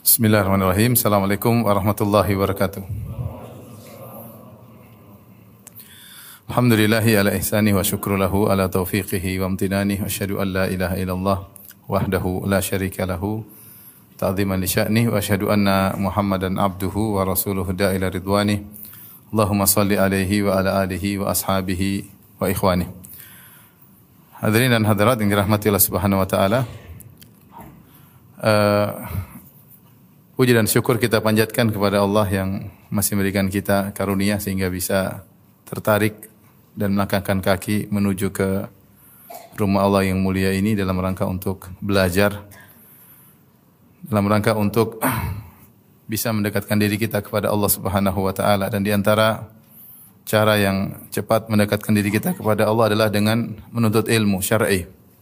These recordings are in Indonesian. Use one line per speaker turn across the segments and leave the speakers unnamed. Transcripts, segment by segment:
Bismillahirrahmanirrahim. Assalamualaikum warahmatullahi wabarakatuh. Alhamdulillahi ala ihsani wa syukru lahu ala taufiqihi wa amtinani wa asyhadu an la ilaha illallah wahdahu la syarika lahu ta'ziman li sya'ni wa asyhadu anna Muhammadan abduhu wa rasuluhu da'ila ridwani. Allahumma salli alaihi wa ala alihi wa ashabihi wa ikhwani. Hadirin dan hadirat yang dirahmati Allah Subhanahu wa taala. Puji dan syukur kita panjatkan kepada Allah yang masih memberikan kita karunia sehingga bisa tertarik dan melangkahkan kaki menuju ke rumah Allah yang mulia ini dalam rangka untuk belajar, dalam rangka untuk bisa mendekatkan diri kita kepada Allah Subhanahu wa taala. Dan di antara cara yang cepat mendekatkan diri kita kepada Allah adalah dengan menuntut ilmu syar'i.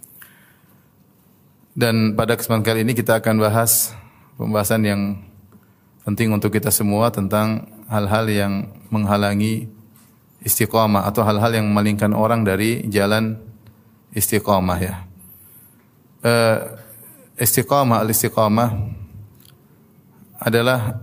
Dan pada kesempatan kali ini kita akan bahas pembahasan yang penting untuk kita semua tentang hal-hal yang menghalangi istiqamah atau hal-hal yang memalingkan orang dari jalan istiqamah ya. Al-istiqamah adalah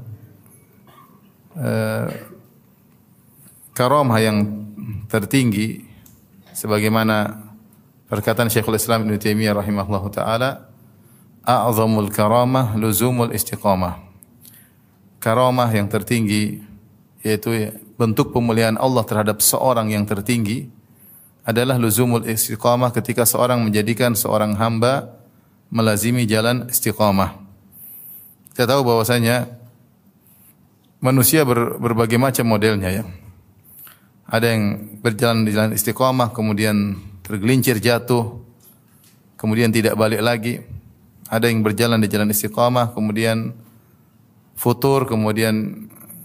karamah yang tertinggi sebagaimana perkataan Syekhul Islam Ibnu Taimiyah rahimahullahu taala, a'zamul karamah luzumul istiqamah. Karamah yang tertinggi yaitu bentuk pemuliaan Allah terhadap seorang yang tertinggi adalah luzumul istiqamah, ketika seorang menjadikan seorang hamba melazimi jalan istiqamah. Kita tahu bahwasanya manusia berbagai macam modelnya ya. Ada yang berjalan di jalan istiqamah kemudian tergelincir jatuh, kemudian tidak balik lagi. Ada yang berjalan di jalan istiqamah kemudian futur, kemudian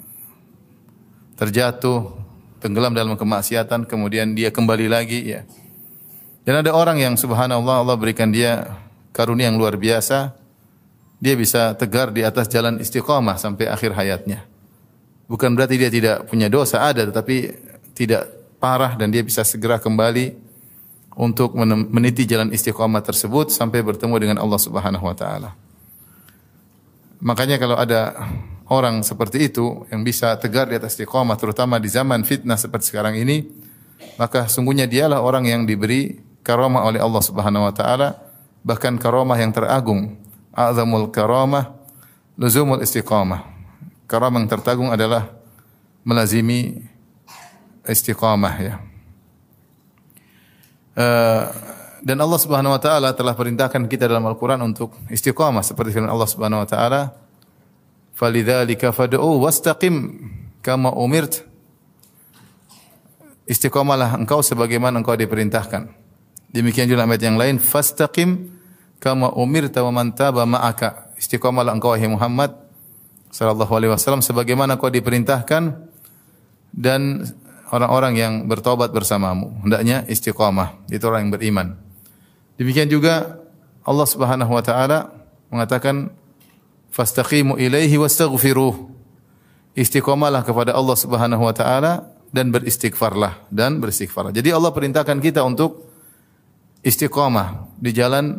terjatuh, tenggelam dalam kemaksiatan, kemudian dia kembali lagi ya. Dan ada orang yang subhanallah Allah berikan dia karunia yang luar biasa. Dia bisa tegar di atas jalan istiqamah sampai akhir hayatnya. Bukan berarti dia tidak punya dosa, ada, tetapi tidak parah dan dia bisa segera kembali untuk meniti jalan istiqamah tersebut sampai bertemu dengan Allah Subhanahu wa taala. Makanya kalau ada orang seperti itu yang bisa tegar di atas istiqamah terutama di zaman fitnah seperti sekarang ini, maka sungguhnya dialah orang yang diberi karamah oleh Allah Subhanahu wa taala, bahkan karamah yang teragung. A'zamul karamah luzumul istiqamah. Karamah yang tertagung adalah melazimi istiqamah ya. Dan Allah Subhanahu wa taala telah perintahkan kita dalam Al-Qur'an untuk istiqamah seperti firman Allah Subhanahu wa taala, "Falidzalika fad'u wastaqim kama umirt." Istiqamalah engkau sebagaimana engkau diperintahkan. Demikian juga ayat yang lain, "Fastaqim kama umirta wa man taba ma'aka." Istiqamalah engkau wahai Muhammad sallallahu alaihi wasallam sebagaimana engkau diperintahkan dan orang-orang yang bertobat bersamamu. Hendaknya istiqamah, itu orang yang beriman. Demikian juga Allah Subhanahu wa taala mengatakan fastaqimu ilaihi wastaghfiruh. Istiqamalah kepada Allah Subhanahu wa taala dan beristighfarlah. Jadi Allah perintahkan kita untuk istiqamah di jalan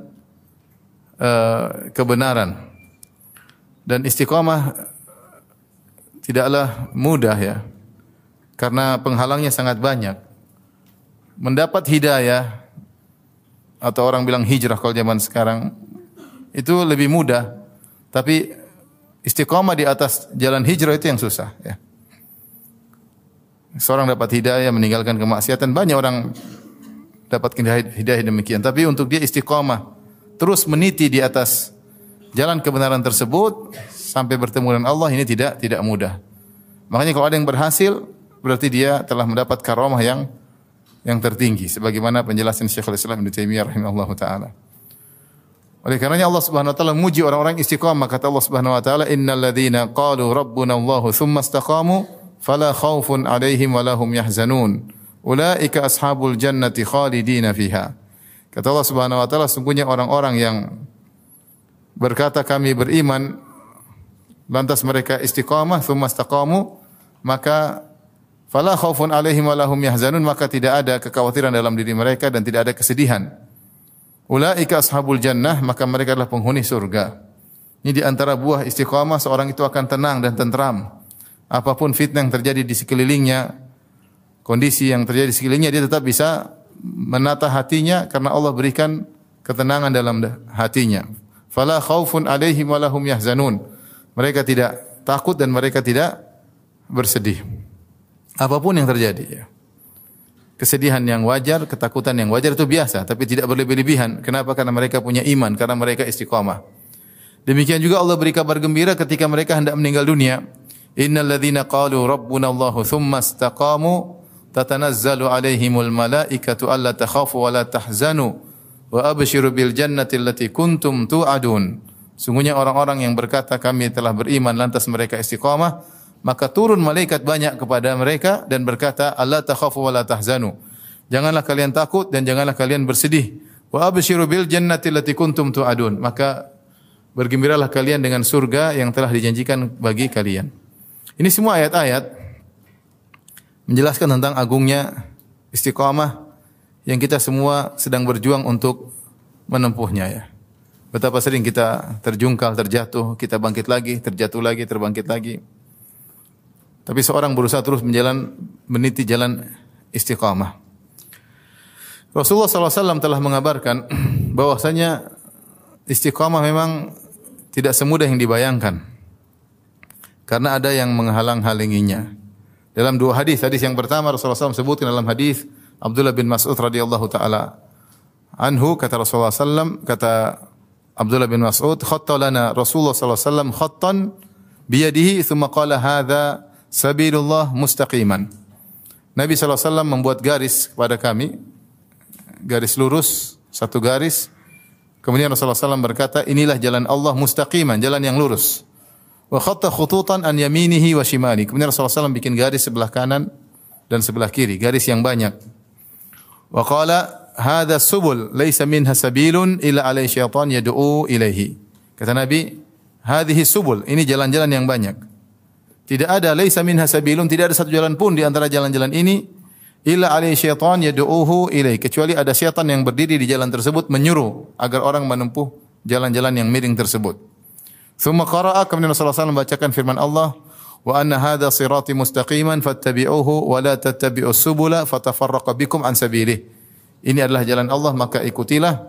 kebenaran. Dan istiqamah tidaklah mudah ya. Karena penghalangnya sangat banyak. Mendapat hidayah atau orang bilang hijrah kalau zaman sekarang itu lebih mudah. Tapi istiqamah di atas jalan hijrah itu yang susah ya. Seorang dapat hidayah meninggalkan kemaksiatan, banyak orang dapat hidayah demikian. Tapi untuk dia istiqamah terus meniti di atas jalan kebenaran tersebut sampai bertemu dengan Allah, ini tidak mudah. Makanya kalau ada yang berhasil berarti dia telah mendapat karamah yang tertinggi sebagaimana penjelasan Syekhul Islam Ibnu Taimiyah rahimahullahu taala. Oleh karenanya Allah Subhanahu wa taala memuji orang-orang istiqamah. Kata Allah Subhanahu wa taala, "Innal ladzina qalu rabbuna Allahu tsumma istaqamu fala khaufun 'alaihim wa lahum yahzanun. Ulaika ashabul jannati khalidina fiha." Kata Allah Subhanahu wa taala, sungguhnya orang-orang yang berkata kami beriman lantas mereka istiqamah tsumma istaqamu, maka fala khaufun 'alaihim wa lahum yahzanun, maka tidak ada kekhawatiran dalam diri mereka dan tidak ada kesedihan. Ulaika ashabul jannah, maka mereka adalah penghuni surga. Ini di antara buah istiqamah, seorang itu akan tenang dan tentram. Apapun fitnah yang terjadi di sekelilingnya, kondisi yang terjadi di sekelilingnya, dia tetap bisa menata hatinya karena Allah berikan ketenangan dalam hatinya. Fala khaufun alaihim wa lahum yahzanun. Mereka tidak takut dan mereka tidak bersedih. Apapun yang terjadi, ya. Kesedihan yang wajar, ketakutan yang wajar itu biasa, tapi tidak berlebih-lebihan. Kenapa? Karena mereka punya iman, karena mereka istiqamah. Demikian juga Allah beri kabar gembira ketika mereka hendak meninggal dunia. Innal ladzina qalu rabbuna Allahu tsumma istaqamu tatanazzalu alaihimul malaikatu alla takhafu wa la tahzanu wa abshiru bil jannati allati kuntum tu'adun. Sungguhnya orang-orang yang berkata kami telah beriman lantas mereka istiqamah, maka turun malaikat banyak kepada mereka dan berkata alla takhafu wa la tahzanu. Janganlah kalian takut dan janganlah kalian bersedih. Wa abshiru bil jannati allati kuntum tu'adun. Maka bergembiralah kalian dengan surga yang telah dijanjikan bagi kalian. Ini semua ayat-ayat menjelaskan tentang agungnya istiqamah yang kita semua sedang berjuang untuk menempuhnya, ya. Betapa sering kita terjungkal, terjatuh, kita bangkit lagi, terjatuh lagi, terbangkit lagi. Tapi seorang berusaha terus meniti jalan istiqamah. Rasulullah SAW telah mengabarkan bahwasanya istiqamah memang tidak semudah yang dibayangkan. Karena ada yang menghalang-halanginya. Dalam dua hadis yang pertama Rasulullah SAW sebutkan dalam hadis Abdullah bin Mas'ud radhiyallahu taala anhu, kata Rasulullah SAW, kata Abdullah bin Mas'ud, khatta lana Rasulullah SAW khattan biyadihi thumma qala hadza sabilullah mustaqiman. Nabi SAW membuat garis kepada kami, garis lurus, satu garis. Kemudian Rasulullah SAW berkata, inilah jalan Allah mustaqiman, jalan yang lurus. Wa khatta khututan an yaminihi wa shimali. Kemudian Rasulullah SAW bikin garis sebelah kanan dan sebelah kiri, garis yang banyak. Wa qala hadza subul laisa minha sabilun illa alai syaitan yad'u ilaihi. Kata Nabi, hadhihi subul, ini jalan-jalan yang banyak. Tidak ada laisa minha sabilun, tidak ada satu jalan pun di antara jalan-jalan ini illa alai syaitan yad'uhu ilaihi, kecuali ada syaitan yang berdiri di jalan tersebut menyuruh agar orang menempuh jalan-jalan yang miring tersebut. Thumma qara'a, kemudian Rasulullah SAW membacakan firman Allah, wa anna hadza sirati mustaqiman fattabi'uhu wa la tattabi'us subula fatafarraqa bikum an sabilih. Ini adalah jalan Allah, maka ikutilah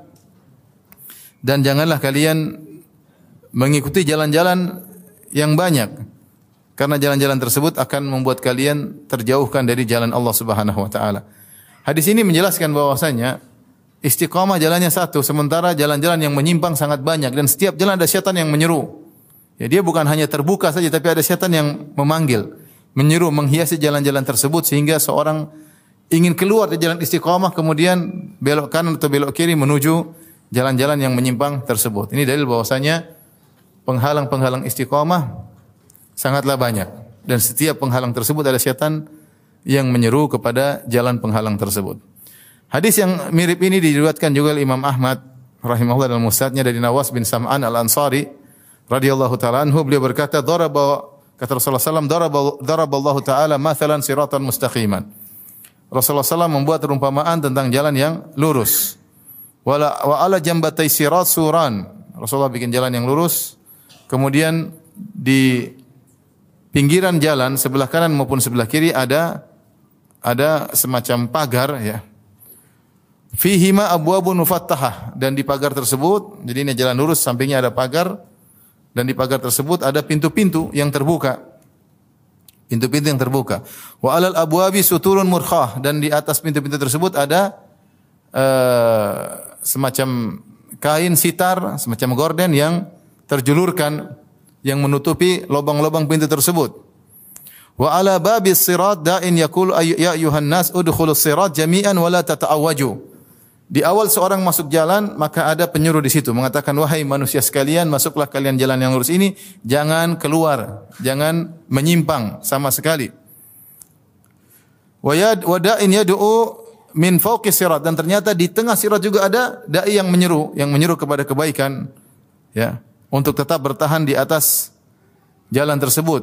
dan janganlah kalian mengikuti jalan-jalan yang banyak, karena jalan-jalan tersebut akan membuat kalian terjauhkan dari jalan Allah Subhanahu wa taala. Hadis ini menjelaskan bahwasanya istiqamah jalannya satu, sementara jalan-jalan yang menyimpang sangat banyak dan setiap jalan ada syaitan yang menyeru. Ya, dia bukan hanya terbuka saja, tapi ada syaitan yang memanggil, menyeru, menghiasi jalan-jalan tersebut sehingga seorang ingin keluar dari jalan istiqamah kemudian belok kanan atau belok kiri menuju jalan-jalan yang menyimpang tersebut. Ini dalil bahwasanya penghalang-penghalang istiqamah sangatlah banyak dan setiap penghalang tersebut ada syaitan yang menyeru kepada jalan penghalang tersebut. Hadis yang mirip ini diriwayatkan juga oleh Imam Ahmad rahimahullah dalam musnadnya dari Nawas bin Sam'an Al-Ansari radhiyallahu taala anhu, beliau berkata, kata Rasulullah SAW, daraballahu taala mathalan siratan mustaqiman. Rasulullah SAW membuat perumpamaan tentang jalan yang lurus. Wa ala jambatai sirat suran. Rasulullah bikin jalan yang lurus, kemudian di pinggiran jalan sebelah kanan maupun sebelah kiri ada semacam pagar, ya. Fihima abwabun mufattahah, dan di pagar tersebut, jadi ini jalan lurus, sampingnya ada pagar dan di pagar tersebut ada pintu-pintu yang terbuka. Pintu-pintu yang terbuka. Wa alal abwabi suturun murkhah, dan di atas pintu-pintu tersebut ada semacam kain sitar, semacam gorden yang terjulurkan yang menutupi lubang-lubang pintu tersebut. Wa ala babis sirat da'in yaqul ya ayuhan nas udkhulus sirat jami'an wa la tata'awwaju. Di awal seorang masuk jalan, maka ada penyuruh di situ mengatakan, wahai manusia sekalian, masuklah kalian jalan yang lurus ini, jangan keluar, jangan menyimpang sama sekali. Wa da'in yad'u min fawqi sirat, dan ternyata di tengah sirat juga ada dai yang menyeru kepada kebaikan, ya, untuk tetap bertahan di atas jalan tersebut.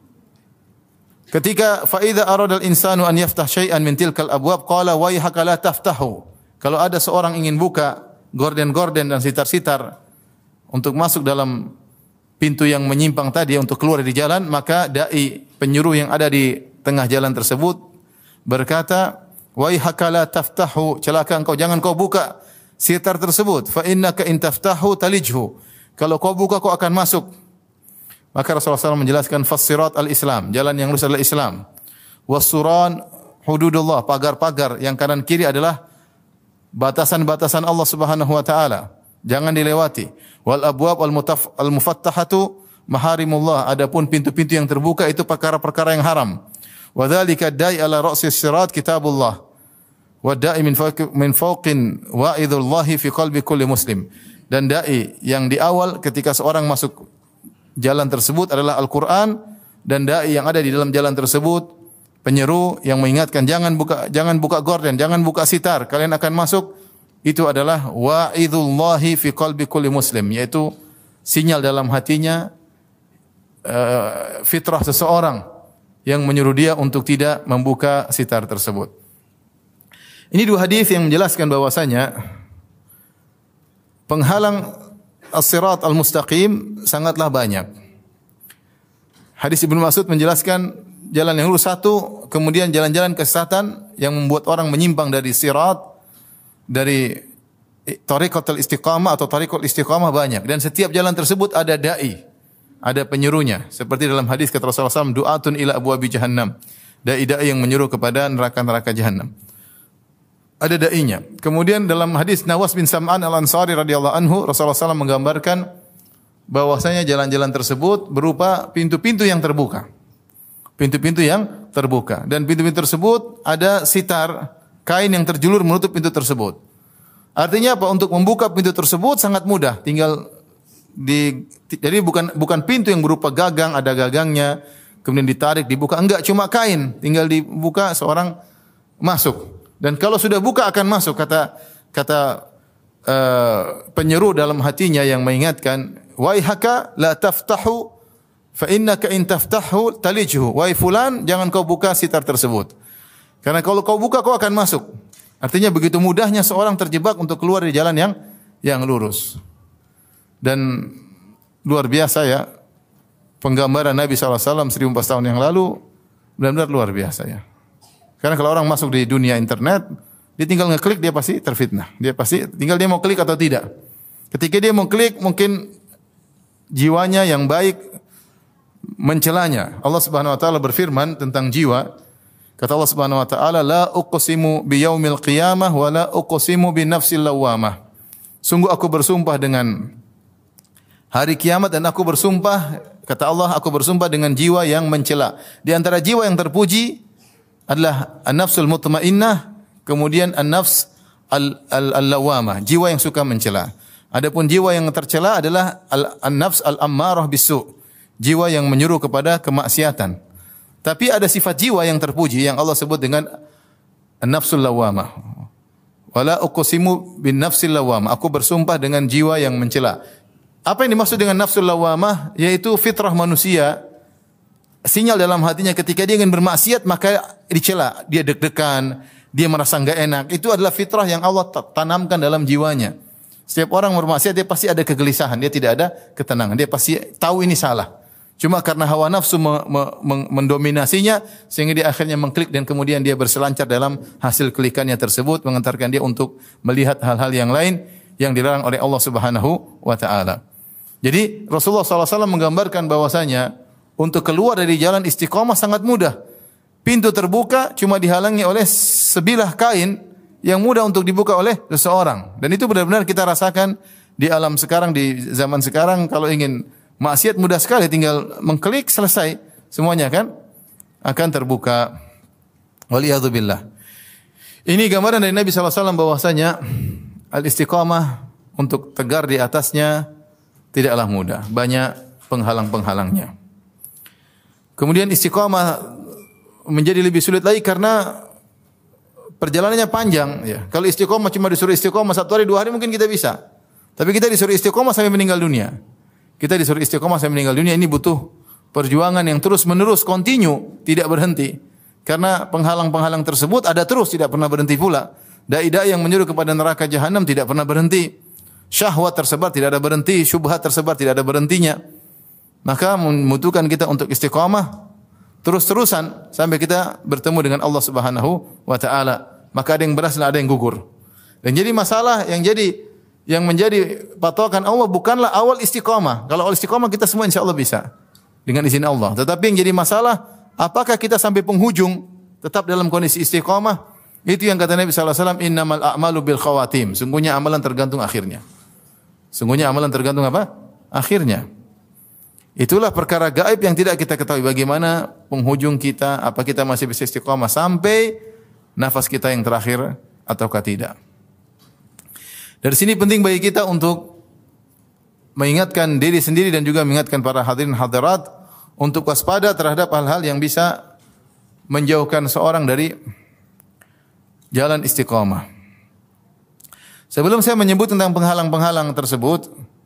Ketika fa idza arada al-insanu an yaftah syai'an min tilkal abwab qala wayhaka la taftahu. Kalau ada seorang ingin buka gorden-gorden dan sitar-sitar untuk masuk dalam pintu yang menyimpang tadi untuk keluar dari jalan, maka dai penyuruh yang ada di tengah jalan tersebut berkata, "Waihaka la taftahu, celaka engkau, jangan kau buka sitar tersebut. Fa innaka in taftahu talijhu." Kalau kau buka kau akan masuk. Maka Rasulullah SAW menjelaskan fassirat al-Islam, jalan yang lurus adalah Islam. Wasuran hududullah, pagar-pagar yang kanan kiri adalah batasan-batasan Allah Subhanahu wa taala. Jangan dilewati. Wal abwab al mufattahatu maharimullah. Adapun pintu-pintu yang terbuka itu perkara-perkara yang haram. Wa dzalika da'i ala ra'sis sirat kitabullah. Wa da'i min fawqin wa'idullahi fi qalbi kulli muslim. Dan dai yang di awal ketika seorang masuk jalan tersebut adalah Al-Qur'an, dan dai yang ada di dalam jalan tersebut penyeru yang mengingatkan jangan buka gorden, jangan buka sitar, kalian akan masuk. Itu adalah wa'idullahi fi qalbi kulli muslim, yaitu sinyal dalam hatinya fitrah seseorang yang menyuruh dia untuk tidak membuka sitar tersebut. Ini dua hadis yang menjelaskan bahwasanya penghalang as-sirat al-mustaqim sangatlah banyak. Hadis Ibnu Mas'ud menjelaskan jalan yang lurus satu, kemudian jalan-jalan kesesatan yang membuat orang menyimpang dari sirat, dari tariqatul istiqamah atau tariqul istiqamah banyak, dan setiap jalan tersebut ada dai, ada penyuruhnya. Seperti dalam hadis kata Rasulullah SAW, du'atun ila abwabi jahannam, dai-dai yang menyuruh kepada neraka-neraka jahannam. Ada dai-nya. Kemudian dalam hadis Nawas bin Sam'an al-Ansari radhiyallahu anhu, Rasulullah SAW menggambarkan bahwasanya jalan-jalan tersebut berupa pintu-pintu yang terbuka. Pintu-pintu yang terbuka, dan pintu-pintu tersebut ada sitar, kain yang terjulur menutup pintu tersebut. Artinya apa? Untuk membuka pintu tersebut sangat mudah, tinggal jadi bukan pintu yang berupa gagang, ada gagangnya, kemudian ditarik, dibuka, enggak, cuma kain, tinggal dibuka seorang masuk. Dan kalau sudah buka akan masuk, kata penyeru dalam hatinya yang mengingatkan, waihaka la taftahu fa innaka in taftahu talijhu. Wahai fulan, jangan kau buka sitar tersebut. Karena kalau kau buka kau akan masuk. Artinya begitu mudahnya seorang terjebak untuk keluar dari jalan yang lurus. Dan luar biasa ya penggambaran Nabi SAW 1400 tahun yang lalu, benar-benar luar biasa ya. Karena kalau orang masuk di dunia internet, dia tinggal ngeklik, dia pasti terfitnah. Dia pasti tinggal dia mau klik atau tidak. Ketika dia mau klik, mungkin jiwanya yang baik mencelanya. Allah Subhanahu wa taala berfirman tentang jiwa. Kata Allah Subhanahu wa taala, la uqsimu biyaumil qiyamah wa la uqsimu binafsil lawamah. Sungguh aku bersumpah dengan hari kiamat, dan aku bersumpah, kata Allah, aku bersumpah dengan jiwa yang mencela. Di antara jiwa yang terpuji adalah an-nafsul mutmainnah, kemudian an-nafs al-lawamah, jiwa yang suka mencela. Adapun jiwa yang tercela adalah an-nafs al-ammarah bisu', jiwa yang menyuruh kepada kemaksiatan. Tapi ada sifat jiwa yang terpuji yang Allah sebut dengan an-nafsul lawamah. Wala uqsimu bin nafsil lawamah, aku bersumpah dengan jiwa yang mencela. Apa yang dimaksud dengan nafsul lawamah? Yaitu fitrah manusia, sinyal dalam hatinya ketika dia ingin bermaksiat maka dicela, dia deg-degan, dia merasa enggak enak. Itu adalah fitrah yang Allah tanamkan dalam jiwanya. Setiap orang bermaksiat dia pasti ada kegelisahan, dia tidak ada ketenangan, dia pasti tahu ini salah. Cuma karena hawa nafsu mendominasinya sehingga dia akhirnya mengklik, dan kemudian dia berselancar dalam hasil klikannya tersebut, mengantarkan dia untuk melihat hal-hal yang lain yang dilarang oleh Allah Subhanahu wa taala. Jadi Rasulullah SAW menggambarkan bahwasanya untuk keluar dari jalan istiqamah sangat mudah. Pintu terbuka cuma dihalangi oleh sebilah kain yang mudah untuk dibuka oleh seseorang. Dan itu benar-benar kita rasakan di alam sekarang, di zaman sekarang. Kalau ingin maksiat mudah sekali, tinggal mengklik selesai semuanya kan akan terbuka. Waliyadzubillah. Ini gambaran dari Nabi SAW bahwasanya al-istiqamah untuk tegar di atasnya tidaklah mudah, banyak penghalang-penghalangnya. Kemudian istiqamah menjadi lebih sulit lagi karena perjalanannya panjang ya. Kalau istiqamah cuma disuruh istiqamah 1 hari 2 hari mungkin kita bisa. Tapi kita disuruh istiqamah sampai meninggal dunia. Kita disuruh istiqamah sampai meninggal dunia, ini butuh perjuangan yang terus-menerus, kontinu, tidak berhenti. Karena penghalang-penghalang tersebut ada terus, tidak pernah berhenti pula. Dai-dai yang menyuruh kepada neraka jahanam tidak pernah berhenti. Syahwat tersebar tidak ada berhenti, syubhat tersebar tidak ada berhentinya. Maka membutuhkan kita untuk istiqamah terus-terusan sampai kita bertemu dengan Allah Subhanahu wa taala. Maka ada yang berhasil, ada yang gugur. Dan jadi masalah yang menjadi patokan Allah bukanlah awal istiqamah. Kalau awal istiqamah kita semua insyaallah bisa dengan izin Allah. Tetapi yang jadi masalah, apakah kita sampai penghujung tetap dalam kondisi istiqamah? Itu yang kata Nabi sallallahu alaihi wasallam, innamal a'malu bil khawatim. Sungguhnya amalan tergantung akhirnya. Sungguhnya amalan tergantung apa? Akhirnya. Itulah perkara gaib yang tidak kita ketahui, bagaimana penghujung kita, apa kita masih bisa istiqamah sampai nafas kita yang terakhir ataukah tidak. Dari sini penting bagi kita untuk mengingatkan diri sendiri dan juga mengingatkan para hadirin hadirat untuk waspada terhadap hal-hal yang bisa menjauhkan seorang dari jalan istiqamah. Sebelum saya menyebut tentang penghalang-penghalang tersebut,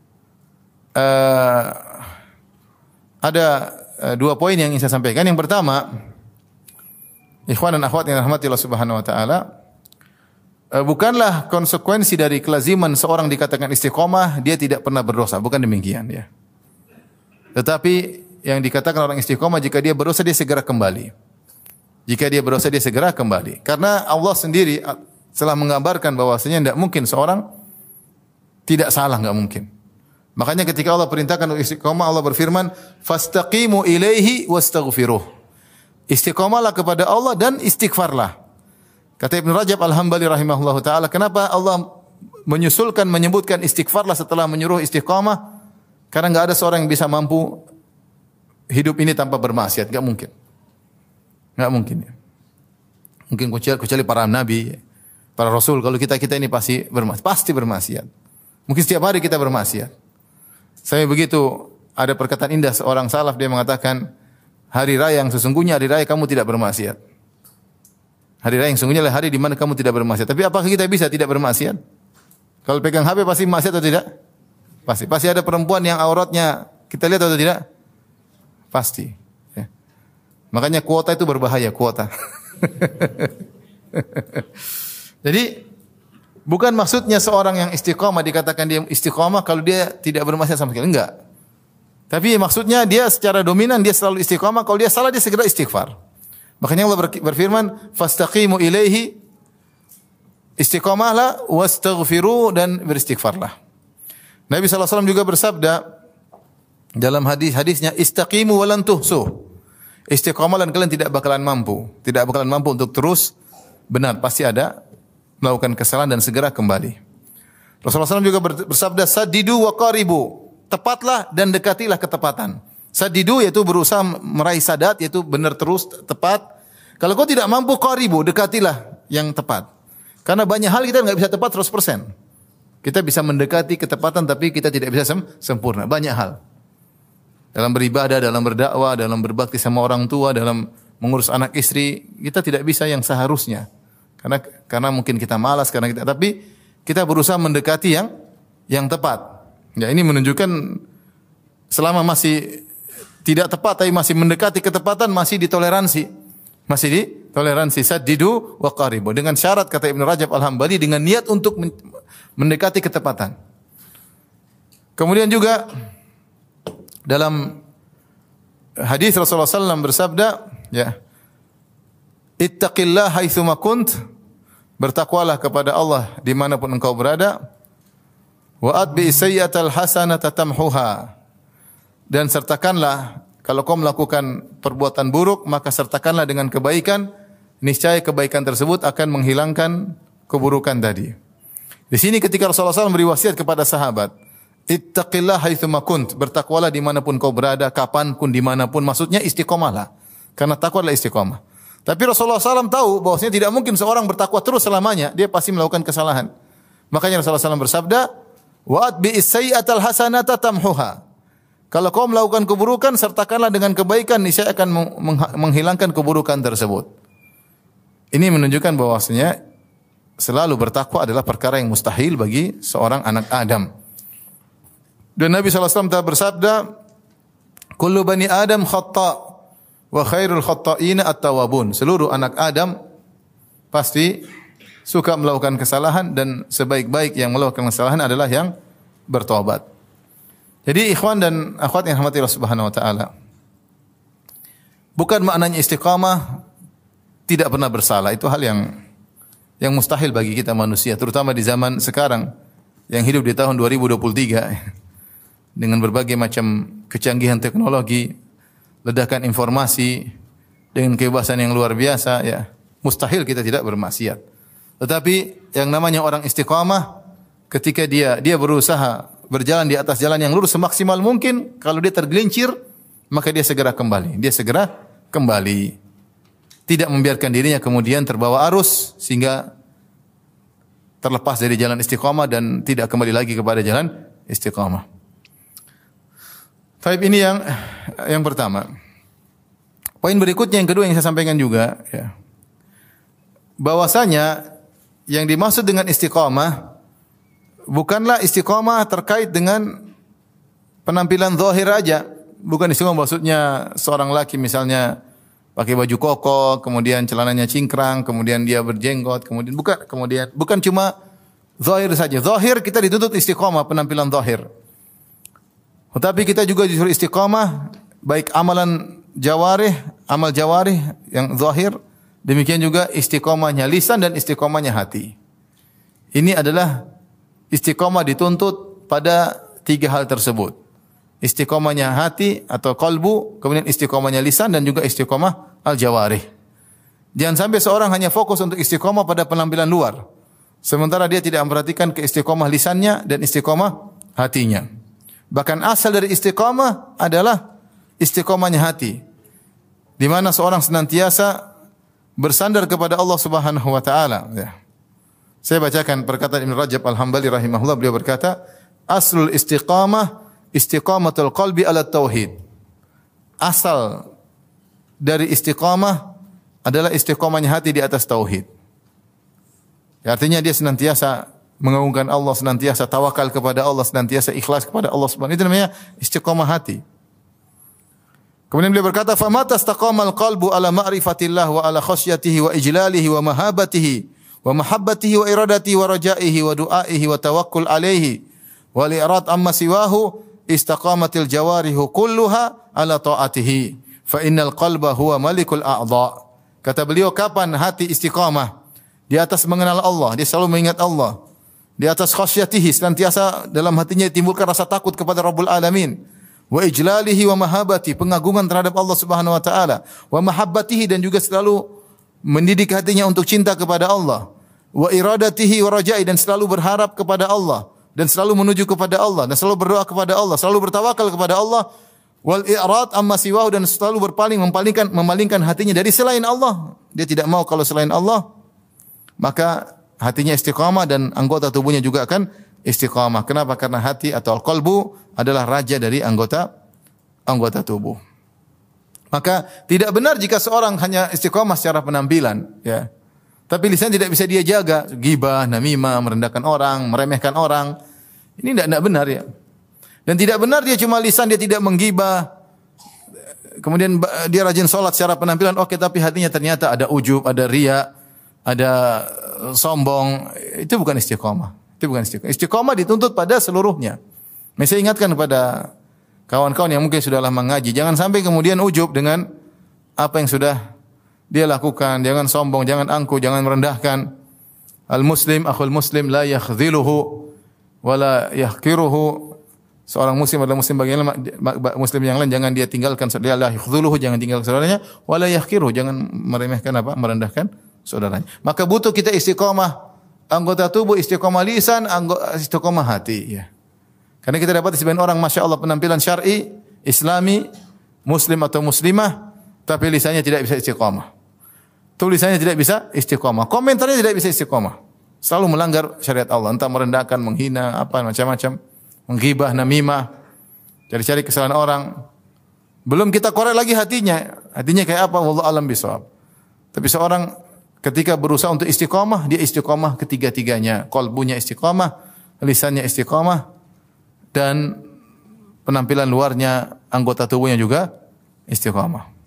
ada dua poin yang ingin saya sampaikan. Yang pertama, ikhwan dan akhwat yang dirahmati Allah Subhanahu wa taala, bukanlah konsekuensi dari kelaziman seorang dikatakan istiqomah dia tidak pernah berdosa, bukan demikian ya. Tetapi yang dikatakan orang istiqomah, jika dia berdosa dia segera kembali. Jika dia berdosa dia segera kembali. Karena Allah sendiri telah menggambarkan bahwasanya tidak mungkin seorang tidak salah, enggak mungkin. Makanya ketika Allah perintahkan untuk istiqomah, Allah berfirman, "Fastaqimu ilaihi wastaghfiruh." Istiqomahlah kepada Allah dan istighfarlah. Kata Ibnu Rajab Al-Hambali rahimahullahu taala, kenapa Allah menyebutkan istighfarlah setelah menyuruh istiqomah? Karena enggak ada seorang yang bisa mampu hidup ini tanpa bermaksiat, enggak mungkin. Enggak mungkin ya. Mungkin kecuali para nabi, para rasul, kalau kita ini pasti bermaksiat. Mungkin setiap hari kita bermaksiat. Saya begitu, ada perkataan indah seorang salaf, dia mengatakan, hari raya yang sesungguhnya hari raya kamu tidak bermaksiat. Hari raya yang sesungguhnya adalah hari di mana kamu tidak bermaksiat. Tapi apakah kita bisa tidak bermaksiat? Kalau pegang HP pasti maksiat atau tidak? Pasti. Pasti ada perempuan yang auratnya kita lihat atau tidak? Pasti. Ya. Makanya kuota itu berbahaya, kuota. Jadi bukan maksudnya seorang yang istiqamah dikatakan dia istiqamah kalau dia tidak bermaksiat sama sekali, enggak. Tapi maksudnya dia secara dominan dia selalu istiqamah, kalau dia salah dia segera istighfar. Makanya Allah berfirman, "Fastaqimu ilaihi", istiqamahlah, wastaghfiru, dan beristighfarlah. Nabi sallallahu alaihi wasallam juga bersabda dalam hadisnya, "Istaqimu wa lan tuhsu." Istiqamah dan kalian tidak bakalan mampu untuk terus benar, pasti ada melakukan kesalahan dan segera kembali. Rasulullah SAW juga bersabda, "Saddidu wa qaribu." Tepatlah dan dekatilah ketepatan. Saddidu yaitu berusaha meraih sadat, yaitu benar terus, tepat. Kalau kau tidak mampu, qaribu, dekatilah yang tepat. Karena banyak hal kita enggak bisa tepat 100%. Kita bisa mendekati ketepatan tapi kita tidak bisa sempurna. Banyak hal. Dalam beribadah, dalam berdakwah, dalam berbakti sama orang tua, dalam mengurus anak istri, kita tidak bisa yang seharusnya. Karena mungkin kita malas, tapi kita berusaha mendekati yang tepat. Ya, ini menunjukkan selama masih tidak tepat tapi masih mendekati ketepatan, masih ditoleransi. Saddidu wa qaribu, dengan syarat kata Ibnu Rajab Al-Hambali, dengan niat untuk mendekati ketepatan. Kemudian juga dalam hadis Rasulullah SAW bersabda, ya, "Ittaqillah haitsuma kunt", bertakwalah kepada Allah dimanapun engkau berada. Wa atbi sayyi'atal hasanata tamhuha, dan sertakanlah kalau kau melakukan perbuatan buruk maka sertakanlah dengan kebaikan, niscaya kebaikan tersebut akan menghilangkan keburukan tadi. Di sini ketika Rasulullah SAW memberi wasiat kepada sahabat, ittaqillah haitsuma kunt, bertakwalah dimanapun kau berada, kapanpun, dimanapun, maksudnya istiqomahlah, karena takwa adalah istiqomah. Tapi Rasulullah SAW tahu bahwasanya tidak mungkin seorang bertakwa terus selamanya, dia pasti melakukan kesalahan. Makanya Rasulullah SAW bersabda, wa atbi'is sayyi'atal hasanata tamhuha. Kalau kau melakukan keburukan, sertakanlah dengan kebaikan, niscaya akan menghilangkan keburukan tersebut. Ini menunjukkan bahwasanya selalu bertakwa adalah perkara yang mustahil bagi seorang anak Adam. Dan Nabi SAW telah bersabda, kullu bani Adam khata' wa khairul khata'ina at-tawwabun. Seluruh anak Adam pasti suka melakukan kesalahan dan sebaik-baik yang melakukan kesalahan adalah yang bertobat. Jadi ikhwan dan akhwat yang rahmati Allah Subhanahu wa taala. Bukan maknanya istiqamah tidak pernah bersalah. Itu hal yang mustahil bagi kita manusia, terutama di zaman sekarang yang hidup di tahun 2023 dengan berbagai macam kecanggihan teknologi, ledakan informasi dengan kebebasan yang luar biasa, ya. Mustahil kita tidak bermaksiat. Tetapi yang namanya orang istiqamah ketika dia berusaha berjalan di atas jalan yang lurus semaksimal mungkin, kalau dia tergelincir, maka dia segera kembali. Dia segera kembali. Tidak membiarkan dirinya kemudian terbawa arus sehingga terlepas dari jalan istiqamah dan tidak kembali lagi kepada jalan istiqamah. Baik, ini yang pertama. Poin berikutnya yang kedua yang saya sampaikan juga, ya. Bahwasanya yang dimaksud dengan istiqamah bukanlah istiqamah terkait dengan penampilan zahir aja. Bukan istiqamah maksudnya seorang laki misalnya pakai baju koko, kemudian celananya cingkrang, kemudian dia berjenggot, bukan cuma zahir saja. Zahir kita dituntut istiqamah penampilan zahir. Tetapi kita juga disuruh istiqamah baik amalan jawarih, amal jawarih yang zahir, demikian juga istiqamahnya lisan dan istiqamahnya hati. Ini adalah istiqamah dituntut pada tiga hal tersebut. Istiqamahnya hati atau qalbu, kemudian istiqamahnya lisan dan juga istiqamah al-jawarih. Jangan sampai seorang hanya fokus untuk istiqamah pada penampilan luar, sementara dia tidak memperhatikan keistiqamah lisannya dan istiqamah hatinya. Bahkan asal dari istiqamah adalah istiqamahnya hati, di mana seorang senantiasa bersandar kepada Allah Subhanahu wa taala, ya. Saya bacakan perkataan Ibnu Rajab Al-Hambali rahimahullah, beliau berkata, "Aslul istiqamah istiqamatul qalbi ala tauhid." Asal dari istiqamah adalah istiqamahnya hati di atas tauhid. Ya, artinya dia senantiasa mengagungkan Allah, senantiasa tawakal kepada Allah, senantiasa ikhlas kepada Allah Subhanahu. Itu namanya istiqamah hati. Kemudian beliau berkata, "Famata istaqamal qalbu ala ma'rifatillah wa ala khasyatihi wa ijlalihi wa mahabatihi wa mahabbatihi wa iradatihi wa rajaihi wa du'aihi wa tawakkul alaihi wa li'rad amma siwahu istaqamatil jawarihu kulluha ala ta'atihi fa innal qalba huwa malikul a'dha." Kata beliau, kapan hati istiqamah di atas mengenal Allah, dia selalu mengingat Allah, di atas khasyatihi, senantiasa dalam hatinya timbulkan rasa takut kepada Rabbul Alamin, wa ijlalihi wa mahabbati, pengagungan terhadap Allah Subhanahu wa taala, wa mahabbatihi, dan juga selalu mendidik hatinya untuk cinta kepada Allah, wa iradatihi wa rajai, dan selalu berharap kepada Allah dan selalu menuju kepada Allah dan selalu berdoa kepada Allah, selalu bertawakal kepada Allah, wal i'rad amma siwahu, dan selalu memalingkan hatinya dari selain Allah. Dia tidak mau kalau selain Allah, maka hatinya istiqamah dan anggota tubuhnya juga akan istiqamah. Kenapa? Karena hati atau qalbu adalah raja dari anggota tubuh. Maka tidak benar jika seorang hanya istiqamah secara penampilan, ya. Tapi lisan tidak bisa dia jaga, ghibah, namimah, merendahkan orang, meremehkan orang. Ini tidak benar, ya. Dan tidak benar dia cuma lisan, dia tidak menggibah. Kemudian dia rajin sholat secara penampilan, oke, tapi hatinya ternyata ada ujub, ada riya, ada sombong. Itu bukan istiqamah. Itu bukan istiqamah. Istiqamah dituntut pada seluruhnya. Saya ingatkan kepada kawan-kawan yang mungkin sudah lama ngaji, jangan sampai kemudian ujub dengan apa yang sudah dia lakukan. Jangan sombong, jangan angkuh, jangan merendahkan. Al-muslim akhul muslim la yakhdhiluhu wa la yahqiruhu. Seorang muslim adalah muslim bagi muslim yang lain, jangan dia tinggalkan saudaranya, la yakhdhuluhu, jangan tinggalkan saudaranya, wa la yahqiruhu, jangan meremehkan merendahkan saudaranya. Maka butuh kita istiqamah anggota tubuh, istiqamah lisan, istiqamah hati, ya. Karena kita dapat sebagian orang, masya Allah, penampilan syar'i, islami, muslim atau muslimah, tapi lisannya tidak bisa istiqamah. Tulisannya tidak bisa istiqamah. Komentarnya tidak bisa istiqamah. Selalu melanggar syariat Allah. Entah merendahkan, menghina, macam-macam. Menggibah, namimah. Cari-cari kesalahan orang. Belum kita korek lagi hatinya. Hatinya kayak apa? Wallahu a'lam bishawab. Tapi seorang ketika berusaha untuk istiqamah, dia istiqamah ketiga-tiganya. Qalbunya istiqamah, lisannya istiqamah, dan penampilan luarnya, anggota tubuhnya juga istiqamah.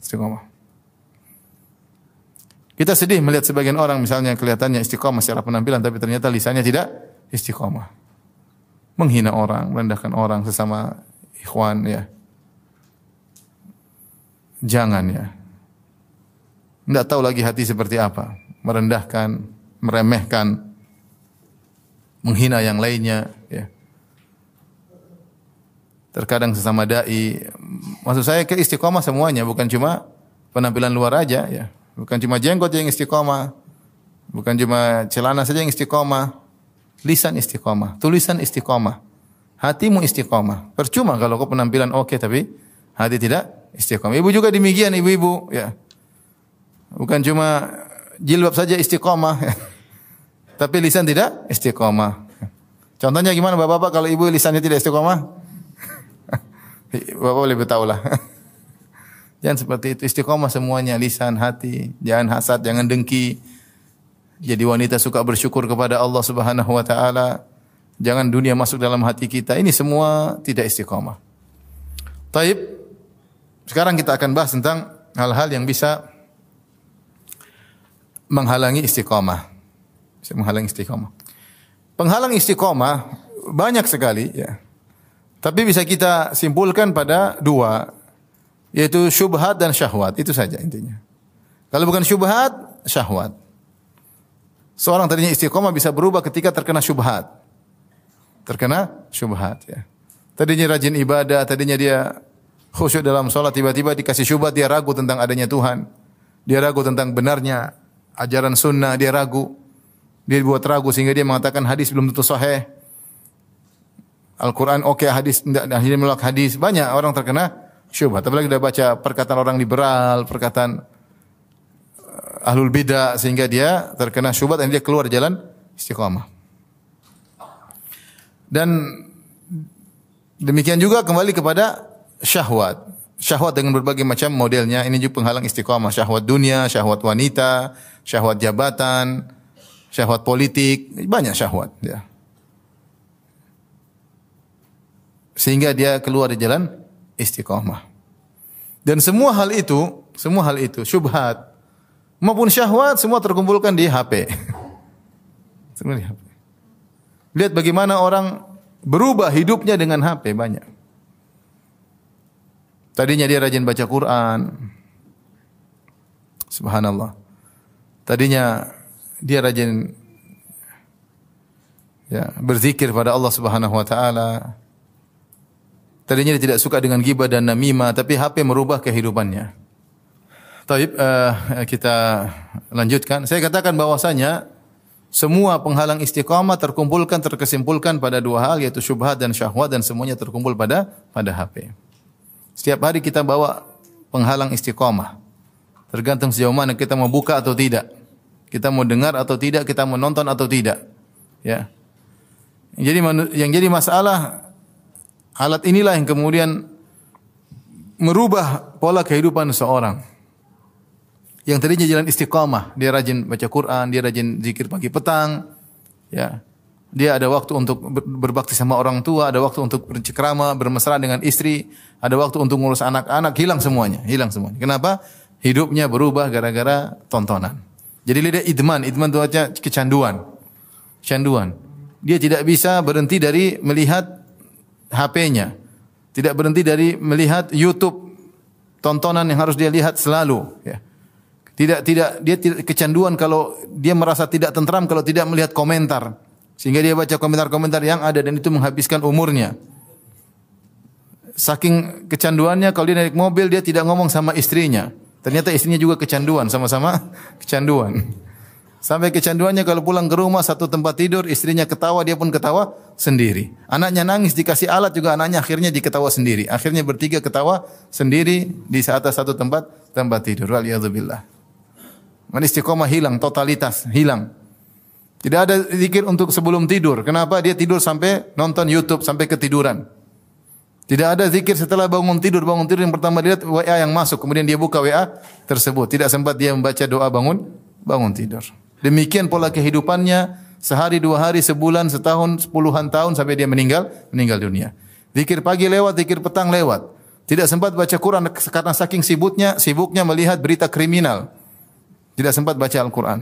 Kita sedih melihat sebagian orang misalnya kelihatannya istiqamah secara penampilan, tapi ternyata lisannya tidak istiqamah. Menghina orang, merendahkan orang sesama ikhwan ya. Jangan ya. Tidak tahu lagi hati seperti apa. Merendahkan, meremehkan, menghina yang lainnya ya. Terkadang sesama dai, maksud saya ke istiqomah semuanya, bukan cuma penampilan luar aja ya. Bukan cuma jenggot yang istiqomah, bukan cuma celana saja yang istiqomah. Lisan istiqomah, tulisan istiqomah, hatimu istiqomah. Percuma kalau kau penampilan oke tapi hati tidak istiqomah. Ibu juga demikian, ibu-ibu ya. Bukan cuma jilbab saja istiqomah ya. Tapi lisan tidak istiqomah. Contohnya gimana Bapak-bapak kalau ibu lisannya tidak istiqomah? Bapak lebih tahu lah. Jangan seperti itu, istiqomah semuanya, lisan, hati, jangan hasad, jangan dengki. Jadi wanita suka bersyukur kepada Allah Subhanahu wa taala. Jangan dunia masuk dalam hati kita. Ini semua tidak istiqamah. Taib. Sekarang kita akan bahas tentang hal-hal yang bisa menghalangi istiqamah. Bisa menghalangi istiqamah. Penghalang istiqamah banyak sekali ya. Tapi bisa kita simpulkan pada dua, yaitu syubhat dan syahwat. Itu saja intinya. Kalau bukan syubhat, syahwat. Seorang tadinya istiqomah bisa berubah ketika terkena syubhat. Terkena syubhat ya. Tadinya rajin ibadah, tadinya dia khusyuk dalam salat, tiba-tiba dikasih syubhat, dia ragu tentang adanya Tuhan. Dia ragu tentang benarnya ajaran sunnah, dia ragu. Dia buat ragu sehingga dia mengatakan hadis belum tentu sahih. Al-Quran oke, hadis tidak, akhirnya menolak hadis. Banyak orang terkena syubhat. Apalagi sudah baca perkataan orang liberal, perkataan ahlul bidah, sehingga dia terkena syubhat dan dia keluar jalan istiqamah. Dan demikian juga kembali kepada syahwat. Syahwat dengan berbagai macam modelnya, ini juga penghalang istiqamah. Syahwat dunia, syahwat wanita, syahwat jabatan, syahwat politik, banyak syahwat ya. Sehingga dia keluar di jalan istiqamah. Dan semua hal itu syubhat maupun syahwat semua terkumpulkan di HP. Semua di HP. Lihat bagaimana orang berubah hidupnya dengan HP banyak. Tadinya dia rajin baca Quran. Subhanallah. Tadinya dia rajin ya, berzikir pada Allah Subhanahu wa taala. Tadinya dia tidak suka dengan ghibah dan namimah, tapi HP merubah kehidupannya. Taib, kita lanjutkan. Saya katakan bahwasanya semua penghalang istiqamah terkesimpulkan pada dua hal, yaitu syubhat dan syahwat, dan semuanya terkumpul pada HP. Setiap hari kita bawa penghalang istiqamah. Tergantung sejauh mana kita mau buka atau tidak. Kita mau dengar atau tidak, kita mau nonton atau tidak. Ya. Yang jadi masalah, alat inilah yang kemudian merubah pola kehidupan seorang. Yang tadinya jalan istiqamah, dia rajin baca Quran, dia rajin zikir pagi petang, ya. Dia ada waktu untuk berbakti sama orang tua, ada waktu untuk bercengkrama, bermesra dengan istri, ada waktu untuk ngurus anak-anak, hilang semuanya. Kenapa? Hidupnya berubah gara-gara tontonan. Jadi dia idman itu artinya kecanduan. Dia tidak bisa berhenti dari melihat HP-nya. Tidak berhenti dari melihat YouTube, tontonan yang harus dia lihat selalu, ya. Dia tidak kecanduan kalau dia merasa tidak tentram kalau tidak melihat komentar. Sehingga dia baca komentar-komentar yang ada dan itu menghabiskan umurnya. Saking kecanduannya kalau dia naik mobil dia tidak ngomong sama istrinya. Ternyata istrinya juga kecanduan, sama-sama kecanduan. Sampai kecanduannya kalau pulang ke rumah satu tempat tidur, istrinya ketawa, dia pun ketawa sendiri. Anaknya nangis, dikasih alat juga anaknya akhirnya diketawa sendiri. Akhirnya bertiga ketawa sendiri di atas satu tempat tidur. Waliyadzubillah. Istiqomah hilang, totalitas hilang. Tidak ada zikir untuk sebelum tidur. Kenapa? Dia tidur sampai nonton YouTube sampai ketiduran. Tidak ada zikir setelah bangun tidur yang pertama dia lihat WA yang masuk, kemudian dia buka WA tersebut. Tidak sempat dia membaca doa bangun tidur. Demikian pola kehidupannya sehari, dua hari, sebulan, setahun, puluhan tahun sampai dia meninggal dunia. Zikir pagi lewat, zikir petang lewat. Tidak sempat baca Quran karena saking sibuknya melihat berita kriminal. Tidak sempat baca Al-Quran.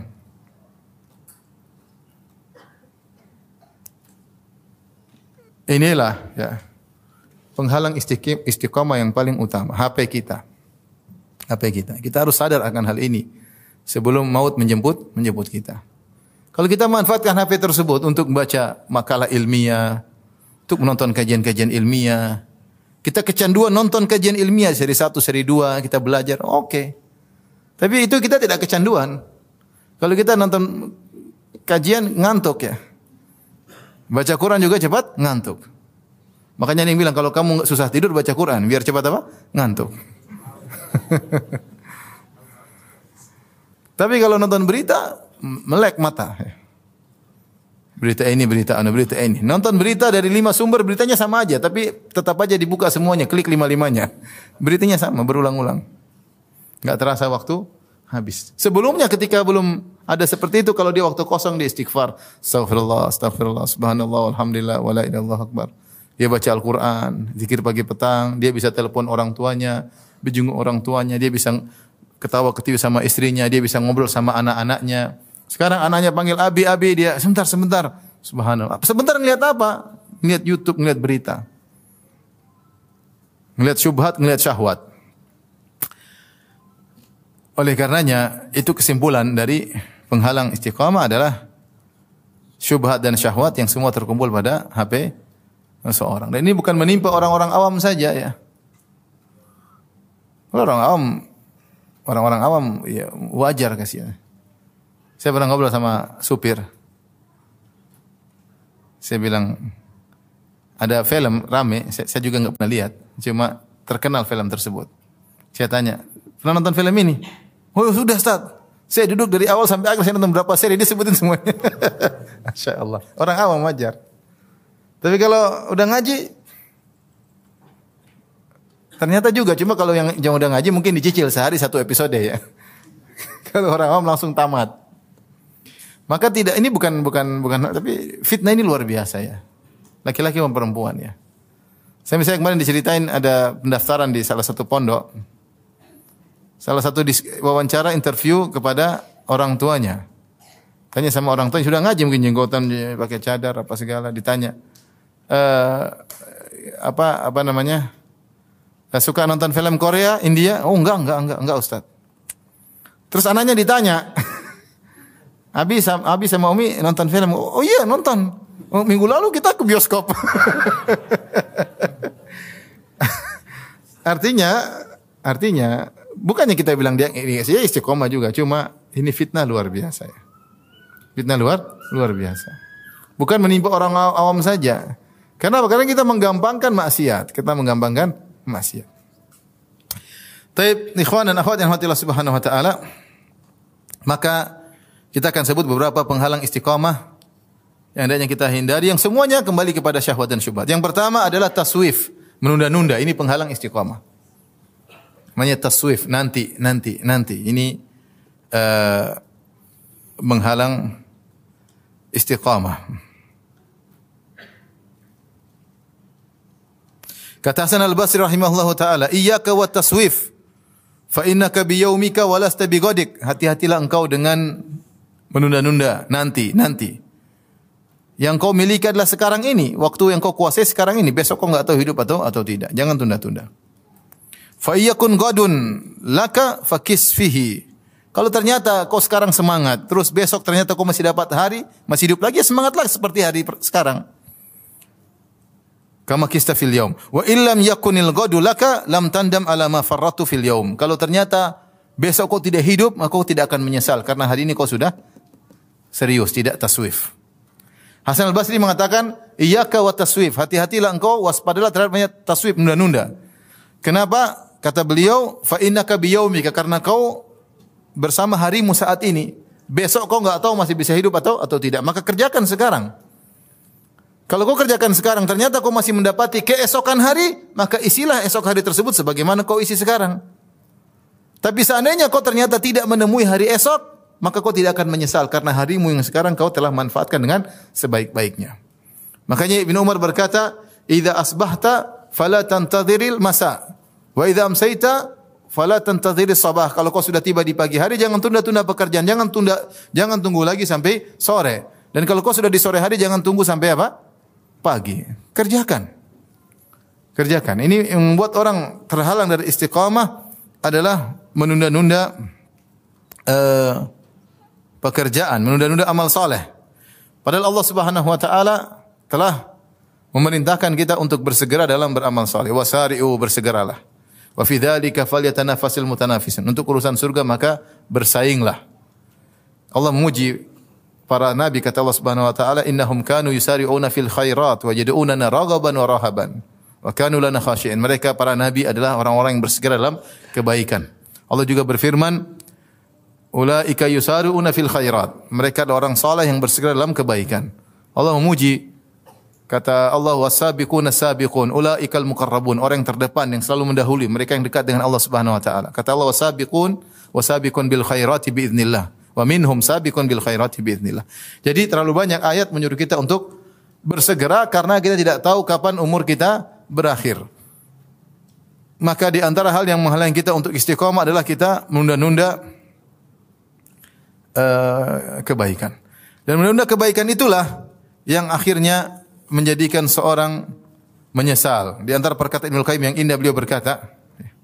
Inilah ya penghalang istiqomah yang paling utama, HP kita. HP kita. Kita harus sadar akan hal ini sebelum maut menjemput kita. Kalau kita manfaatkan HP tersebut untuk membaca makalah ilmiah, untuk menonton kajian-kajian ilmiah, kita kecanduan nonton kajian ilmiah seri 1, seri 2, kita belajar, oke. Tapi itu kita tidak kecanduan. Kalau kita nonton kajian ngantuk ya. Baca Quran juga cepat ngantuk. Makanya yang bilang kalau kamu susah tidur baca Quran biar cepat apa? Ngantuk. Tapi kalau nonton berita melek mata. Berita ini, berita ini. Nonton berita dari 5 sumber beritanya sama aja, tapi tetap aja dibuka semuanya, klik 5-5-nya. Beritanya sama, berulang-ulang. Enggak terasa waktu habis. Sebelumnya ketika belum ada seperti itu, kalau dia waktu kosong dia istighfar. Astagfirullah, astagfirullah, subhanallah, alhamdulillah, wala ilaha illallah akbar. Dia baca Al-Quran, zikir pagi petang, dia bisa telepon orang tuanya, berjenguk orang tuanya, dia bisa ketawa ketiwi sama istrinya, dia bisa ngobrol sama anak-anaknya. Sekarang anaknya panggil abi, dia sebentar. Subhanallah. Sebentar ngelihat apa? Ngelihat YouTube, ngelihat berita. Ngelihat syubhat, ngelihat syahwat. Oleh karenanya, itu kesimpulan dari penghalang istiqamah adalah syubhat dan syahwat yang semua terkumpul pada HP seseorang. Dan ini bukan menimpa orang-orang awam saja ya. Orang-orang awam ya wajar kasihnya. Saya pernah ngobrol sama supir. Saya bilang ada film rame, saya juga enggak pernah lihat, cuma terkenal film tersebut. Saya tanya, "Pernah nonton film ini?" "Oh, sudah, Ustaz. Saya duduk dari awal sampai akhir, saya nonton berapa seri, dia sebutin semuanya." Masya Allah. Orang awam wajar. Tapi kalau udah ngaji, ternyata juga. Cuma kalau yang udah ngaji mungkin dicicil sehari 1 episode ya. Kalau orang awam langsung tamat. Maka tidak, ini bukan, tapi fitnah ini luar biasa ya. Laki-laki maupun perempuan ya. Saya misalnya kemarin diceritain ada pendaftaran di salah satu pondok. Salah satu wawancara interview kepada orang tuanya. Tanya sama orang tuanya, sudah ngaji mungkin jenggotan, pakai cadar apa segala, ditanya. Apa namanya? Suka nonton film Korea, India? Oh enggak Ustaz. Terus anaknya ditanya, Abi sama Umi nonton film? Oh iya nonton. Oh, minggu lalu kita ke bioskop. Artinya bukannya kita bilang dia istiqomah juga, cuma ini fitnah luar biasa ya. Fitnah luar biasa. Bukan menimpa orang awam saja. Kenapa? Karena kita menggampangkan maksiat. Taib, ikhwan dan akhwat yang rahmatillah subhanahu wa ta'ala. Maka kita akan sebut beberapa penghalang istiqamah yang hendaknya kita hindari, yang semuanya kembali kepada syahwat dan syubhat. Yang pertama adalah taswif, menunda-nunda. Ini penghalang istiqamah. Namanya taswif, nanti. Ini menghalang istiqamah. Kata Hasan Al-Basri rahimahullahu taala, "Iyyaka wat taswif, fa innaka bi yaumika wa lasta bi ghadik." Hati-hatilah engkau dengan menunda-nunda, nanti. Yang kau miliki adalah sekarang ini, waktu yang kau kuasai sekarang ini, besok kau enggak tahu hidup atau tidak. Jangan tunda-tunda. Fa iyakun ghadun laka fakis fihi. Kalau ternyata kau sekarang semangat, terus besok ternyata kau masih dapat hari, masih hidup lagi, semangatlah seperti hari sekarang. Kama kista fil yaum. Wa illam yakunil ghadu laka lam tandam ala ma farratu fil yaum. Kalau ternyata besok kau tidak hidup, maka kau tidak akan menyesal karena hari ini kau sudah serius, tidak taswif. Hasan Al-Basri mengatakan, "Iyyaka wa taswif." Hati-hatilah engkau, waspadalah terhadap taswif, menunda-nunda. Kenapa? Kata beliau, "Fa innaka bi yaumika," karena kau bersama harimu saat ini. Besok kau enggak tahu masih bisa hidup atau tidak. Maka kerjakan sekarang. Kalau kau kerjakan sekarang, ternyata kau masih mendapati keesokan hari, maka isilah esok hari tersebut sebagaimana kau isi sekarang. Tapi seandainya kau ternyata tidak menemui hari esok, maka kau tidak akan menyesal karena harimu yang sekarang kau telah manfaatkan dengan sebaik-baiknya. Makanya Ibnu Umar berkata, "Idza asbahta fala tantadhiril masa, wa idza amsayta fala tantadhiris sabah." Kalau kau sudah tiba di pagi hari, jangan tunda-tunda pekerjaan, jangan tunggu lagi sampai sore. Dan kalau kau sudah di sore hari, jangan tunggu sampai apa? Pagi. Kerjakan. Kerjakan. Ini yang membuat orang terhalang dari istiqamah adalah menunda-nunda pekerjaan, menunda-nunda amal saleh. Padahal Allah Subhanahu wa taala telah memerintahkan kita untuk bersegera dalam beramal saleh. Wasari'u, bersegeralah. Wa fi dzalika falyatanafasil mutanafisun. Untuk urusan surga maka bersainglah. Allah memuji para nabi, kata Allah Subhanahu wa taala, innahum kanu yusari'una fil khairat wa yad'unana raghaban wa rahaban wa kanu lana khashi'in. Mereka para nabi adalah orang-orang yang bersegera dalam kebaikan. Allah juga berfirman, ulaika yusari'una fil khairat. Mereka adalah orang saleh yang bersegera dalam kebaikan. Allah memuji, kata Allah, wasabiquna sabiqun ulaikal muqarrabun, orang yang terdepan yang selalu mendahului, mereka yang dekat dengan Allah Subhanahu wa taala. Kata Allah, wasabiqun bil khairati biidznillah wa minhum sabiqun bil khairati biidznillah. Jadi terlalu banyak ayat menyuruh kita untuk bersegera karena kita tidak tahu kapan umur kita berakhir. Maka di antara hal yang menghalangi kita untuk istiqamah adalah kita menunda-nunda kebaikan. Dan menunda kebaikan itulah yang akhirnya menjadikan seorang menyesal. Di antara perkataan Ibnu Qayyim yang indah, beliau berkata,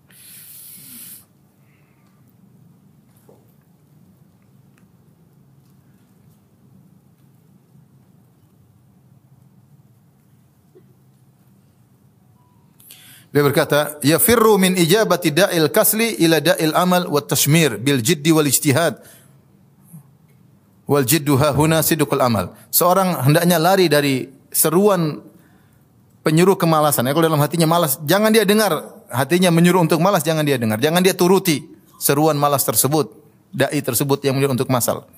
yafirru min ijabati da'il kasli ila da'il amal wa tashmir bil jiddi wal ijtihad. Wal jiddu ha huna sidqul amal. Seorang hendaknya lari dari seruan penyuruh kemalasan. Kalau dalam hatinya malas, jangan dia dengar. Hatinya menyuruh untuk malas, jangan dia dengar. Jangan dia turuti seruan malas tersebut, dai tersebut yang menyuruh untuk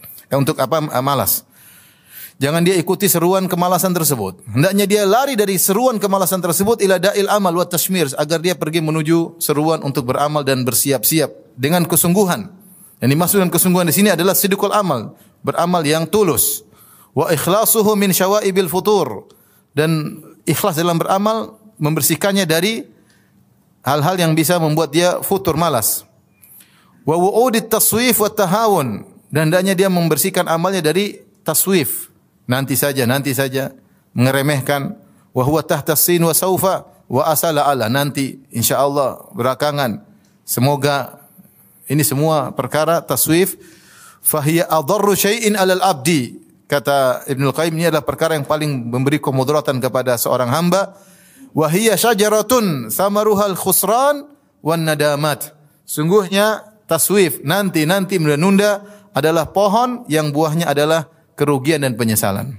malas. Jangan dia ikuti seruan kemalasan tersebut. Hendaknya dia lari dari seruan kemalasan tersebut ila da'il amal wa tashmir, agar dia pergi menuju seruan untuk beramal dan bersiap-siap dengan kesungguhan. Yang dimaksud dengan kesungguhan di sini adalah sidqul amal, beramal yang tulus. Wa ikhlasuhu min syawaibil futur, dan ikhlas dalam beramal membersihkannya dari hal-hal yang bisa membuat dia futur, malas. Wa wu'udit taswif wa tahawun, dan hendaknya dia membersihkan amalnya dari taswif, nanti saja, mengeremehkan. Wa huwa tahta sin wa saufa wa asala ala, nanti insyaallah, belakangan, semoga. Ini semua perkara taswif. Fahiya adarru syai'in 'alal abdi, kata Ibnu Qayyim, ini adalah perkara yang paling memberi kemudaratan kepada seorang hamba. Wa hiya syajaratun samaruhal khusran wan nadamat. Sungguhnya taswif, nanti menunda adalah pohon yang buahnya adalah kerugian dan penyesalan.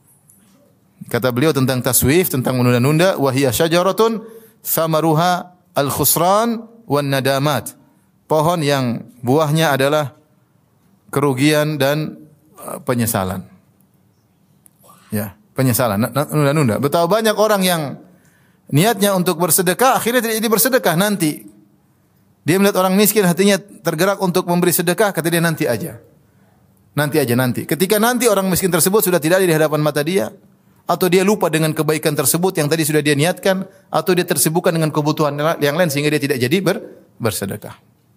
Kata beliau tentang taswif, tentang menunda-nunda, wa hiya syajaratun samaruha al khusran wan nadamat. Pohon yang buahnya adalah kerugian dan penyesalan. Ya, penyesalan, nunda-nunda. Betapa banyak orang yang niatnya untuk bersedekah, akhirnya tidak jadi bersedekah nanti. Dia melihat orang miskin, hatinya tergerak untuk memberi sedekah, kata dia nanti aja. Ketika nanti orang miskin tersebut sudah tidak ada di hadapan mata dia, atau dia lupa dengan kebaikan tersebut yang tadi sudah dia niatkan, atau dia tersibukkan dengan kebutuhan yang lain sehingga dia tidak jadi bersedekah.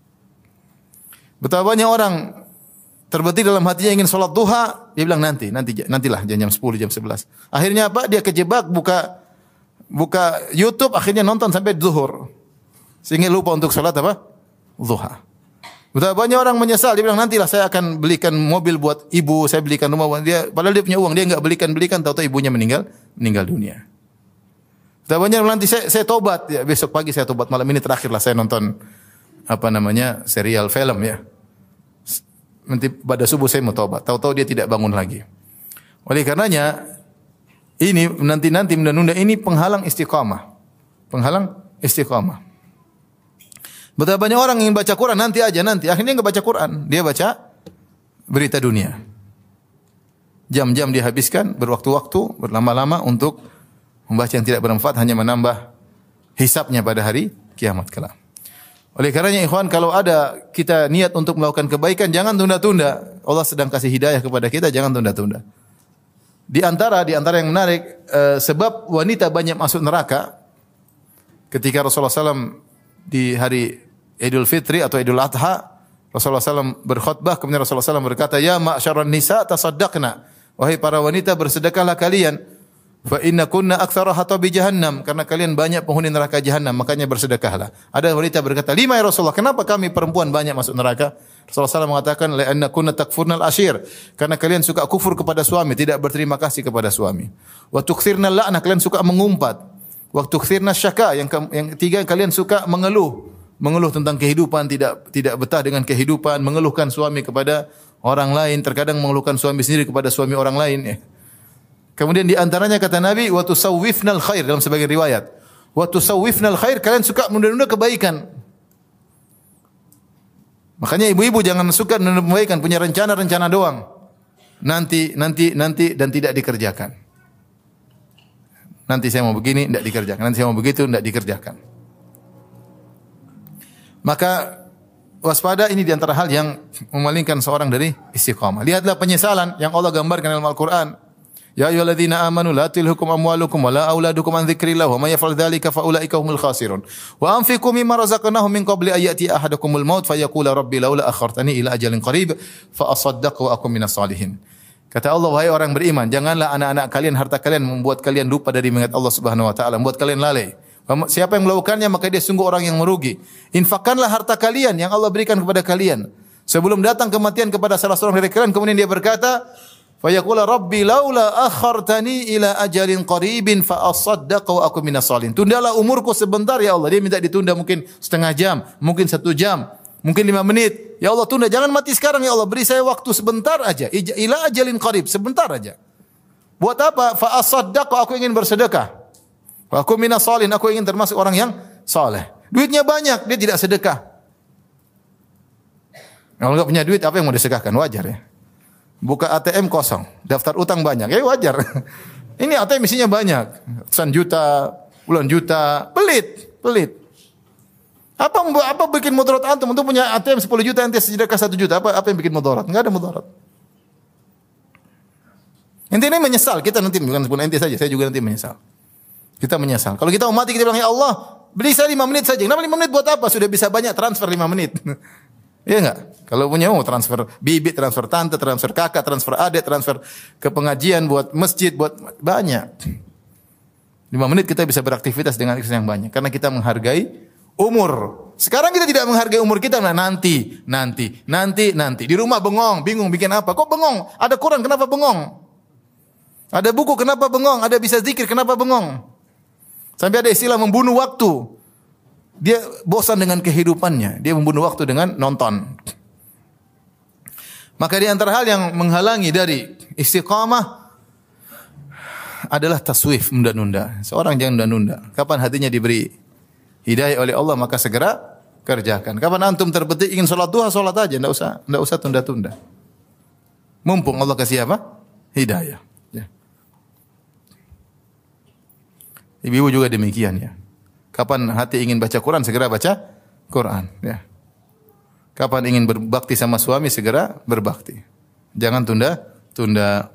Betapa banyak orang terbetik dalam hatinya ingin sholat duha, dia bilang nantilah jam 10, jam 11. Akhirnya apa? Dia kejebak buka YouTube, akhirnya nonton sampai zuhur. Sehingga lupa untuk sholat apa? Duha. Betapa banyak orang menyesal, dia bilang nantilah saya akan belikan mobil buat ibu, saya belikan rumah buat dia, padahal dia punya uang, dia enggak belikan, tahu-tahu ibunya meninggal dunia. Betapa banyak nanti saya tobat, ya besok pagi saya tobat, malam ini terakhirlah saya nonton serial film ya. Nanti pada subuh saya mau tobat. Tahu-tahu dia tidak bangun lagi. Oleh karenanya ini nanti menunda-nunda ini penghalang istiqamah. Betapa banyak orang ingin baca Quran nanti. Akhirnya enggak baca Quran, dia baca berita dunia. Jam-jam dia habiskan berwaktu-waktu, berlama-lama untuk membaca yang tidak bermanfaat, hanya menambah hisabnya pada hari kiamat kelak. Oleh karenanya ikhwan, kalau ada kita niat untuk melakukan kebaikan, jangan tunda-tunda. Allah sedang kasih hidayah kepada kita, jangan tunda-tunda. Di antara yang menarik, sebab wanita banyak masuk neraka, ketika Rasulullah SAW di hari Idul Fitri atau Idul Adha, Rasulullah SAW berkhutbah, kemudian Rasulullah SAW berkata, ya ma'syaran nisa tasaddaqna, wahai para wanita bersedekahlah kalian. Fa inna kunna aktsara hatabi jahannam, karena kalian banyak penghuni neraka jahannam, makanya bersedekahlah. Ada wanita berkata, 5 ya Rasulullah, kenapa kami perempuan banyak masuk neraka? Rasulullah SAW mengatakan, la anna kunna takfurnal ashir, karena kalian suka kufur kepada suami, tidak berterima kasih kepada suami. Wa tukthirnal la'nah, kalian suka mengumpat. Wa tukthirnas syaka, yang ketiga kalian suka mengeluh tentang kehidupan, tidak betah dengan kehidupan, mengeluhkan suami kepada orang lain, terkadang mengeluhkan suami sendiri kepada suami orang lain. Kemudian di antaranya kata Nabi, wa tusawwifnal khair, dalam sebagian riwayat. Wa tusawwifnal khair, kalian suka menunda-nunda kebaikan. Makanya ibu-ibu jangan suka menunda kebaikan, punya rencana doang. Nanti dan tidak dikerjakan. Nanti saya mau begini, tidak dikerjakan. Nanti saya mau begitu, tidak dikerjakan. Maka waspada, ini di antara hal yang memalingkan seorang dari istiqamah. Lihatlah penyesalan yang Allah gambarkan dalam Al-Qur'an. Ya ayyuhalladzina amanu la tulhikum amwalukum wala auladukum an dzikrillah wa may yaf'al dzalika fa ulaika humul khasirun. Wa anfiqu mimma razaqnahum min qabli an ya'ti ahadakumul maut fayaqula rabbi laula akhartani ila ajalin qarib fa asaddaq wa akum minas salihin. Kata Allah, wahai orang beriman, janganlah anak-anak kalian, harta kalian membuat kalian lupa dari mengingat Allah Subhanahu wa taala, membuat kalian lalai. Siapa yang melakukannya maka dia sungguh orang yang merugi. Infakkanlah harta kalian yang Allah berikan kepada kalian sebelum datang kematian kepada salah seorang dari kalian, kemudian dia berkata, fa yaqula rabbi laula akhartani ila ajalin qaribin fa asaddaq wa akum minas salihin. Tundalah umurku sebentar ya Allah. Dia minta ditunda mungkin setengah jam, mungkin 1 jam, mungkin 5 menit. Ya Allah, tunda, jangan mati sekarang ya Allah, beri saya waktu sebentar aja. Ila ajalin qarib, sebentar aja. Buat apa? Fa asaddaq, aku ingin bersedekah. Wa akum minas salihin, aku ingin termasuk orang yang saleh. Duitnya banyak, dia tidak sedekah. Kalau enggak punya duit, apa yang mau disedekahkan? Wajar ya. Buka ATM kosong, daftar utang banyak, ya wajar. Ini ATM isinya banyak, ratusan juta, puluhan juta, pelit. Apa bikin mudarat antum? Untuk punya ATM 10 juta, ente sedekah 1 juta, apa yang bikin mudarat? Enggak ada mudarat. Ente ini menyesal, kita nanti bukan ente saja, saya juga nanti menyesal. Kita menyesal. Kalau kita mau mati, kita bilang, ya Allah, beli saya 5 menit saja. Kenapa 5 menit buat apa? Sudah bisa banyak transfer 5 menit. Iya enggak? Kalau punya transfer bibi, transfer tante, transfer kakak, transfer adik, transfer ke pengajian, buat masjid, buat banyak. 5 menit kita bisa beraktivitas dengan yang banyak. Karena kita menghargai umur. Sekarang kita tidak menghargai umur kita. Nah, nanti. Di rumah bengong, bingung bikin apa. Kok bengong? Ada Quran, kenapa bengong? Ada buku, kenapa bengong? Ada bisa zikir, kenapa bengong? Sampai ada istilah membunuh waktu. Dia bosan dengan kehidupannya. Dia membunuh waktu dengan nonton. Maka di antara hal yang menghalangi dari istiqamah adalah taswif, menunda-nunda. Seorang jangan menunda-nunda. Kapan hatinya diberi hidayah oleh Allah, maka segera kerjakan. Kapan antum terbetik ingin sholat duha, sholat aja. Tidak usah tunda-tunda. Mumpung Allah kasih apa? Hidayah. Ya. Ibu-ibu juga demikian ya. Kapan hati ingin baca Quran, segera baca Quran. Ya. Kapan ingin berbakti sama suami, segera berbakti. Jangan tunda.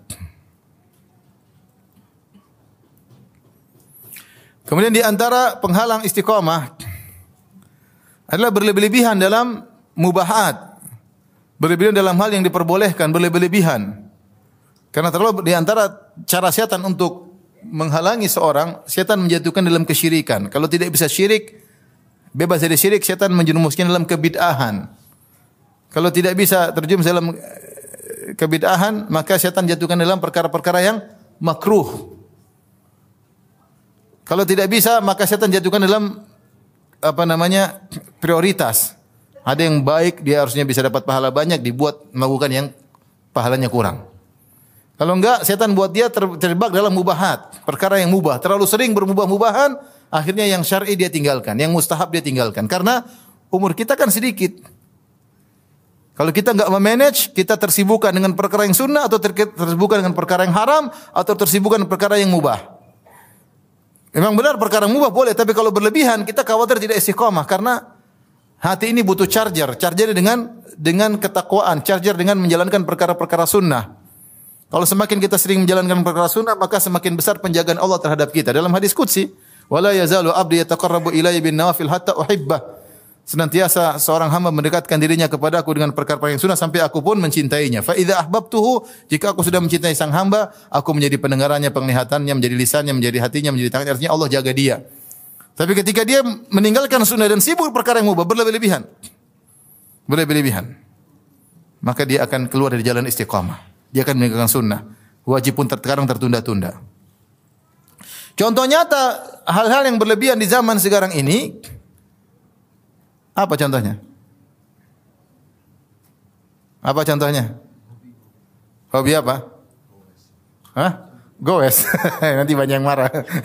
Kemudian di antara penghalang istiqamah adalah berlebih-lebihan dalam mubahat. Berlebihan dalam hal yang diperbolehkan, berlebih-lebihan. Karena terlalu di antara cara setan untuk menghalangi seorang, setan menjatuhkan dalam kesyirikan. Kalau tidak bisa syirik, bebas dari syirik, setan menjerumuskan dalam kebid'ahan. Kalau tidak bisa terjun dalam kebid'ahan, maka setan jatuhkan dalam perkara-perkara yang makruh. Kalau tidak bisa, maka setan jatuhkan dalam prioritas. Ada yang baik, dia harusnya bisa dapat pahala banyak, dibuat melakukan yang pahalanya kurang. Kalau enggak, setan buat dia terjebak dalam mubahat, perkara yang mubah. Terlalu sering bermubah-mubahan, akhirnya yang syar'i dia tinggalkan, yang mustahab dia tinggalkan. Karena umur kita kan sedikit. Kalau kita enggak memanage, kita tersibukkan dengan perkara yang sunnah, atau tersibukkan dengan perkara yang haram, atau tersibukkan dengan perkara yang mubah. Memang benar perkara yang mubah boleh, tapi kalau berlebihan, kita khawatir tidak istiqamah. Karena hati ini butuh charger dengan ketakwaan, charger dengan menjalankan perkara-perkara sunnah. Kalau semakin kita sering menjalankan perkara sunnah, maka semakin besar penjagaan Allah terhadap kita. Dalam hadis qudsi, wala yazalu abdi yataqarrabu ilayya bin nawafil hatta uhibbah. senantiasa seorang hamba mendekatkan dirinya kepadaku dengan perkara yang sunnah sampai aku pun mencintainya. Fa idza ahbabtuhu, jika aku sudah mencintai sang hamba, aku menjadi pendengarannya, penglihatannya, menjadi lisannya, menjadi hatinya, menjadi tangannya. Artinya Allah jaga dia. Tapi ketika dia meninggalkan sunnah dan sibuk perkara yang mubah, berlebih-lebihan, maka dia akan keluar dari jalan istiqamah. Dia akan meninggalkan sunnah. Wajib pun terkadang tertunda-tunda. Contoh nyata hal-hal yang berlebihan di zaman sekarang ini, apa contohnya? Apa contohnya? Hobi apa? Hah? Goes. Nanti banyak yang marah.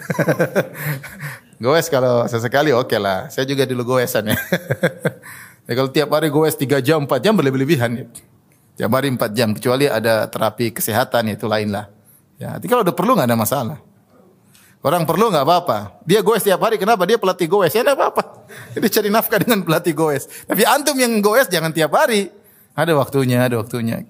Goes kalau sesekali oke lah. Saya juga dulu goesan ya. Ya kalau tiap hari goes 3 jam, 4 jam berlebih-lebihan ya. Tiap hari 4 jam. Kecuali ada terapi kesehatan itu lain lah. Ya, tapi kalau udah perlu nggak ada masalah. Orang perlu nggak apa-apa. Dia goes tiap hari, kenapa? Dia pelatih goes, ya nggak apa-apa. Jadi cari nafkah dengan pelatih goes. Tapi antum yang goes jangan tiap hari. Ada waktunya, ada waktunya.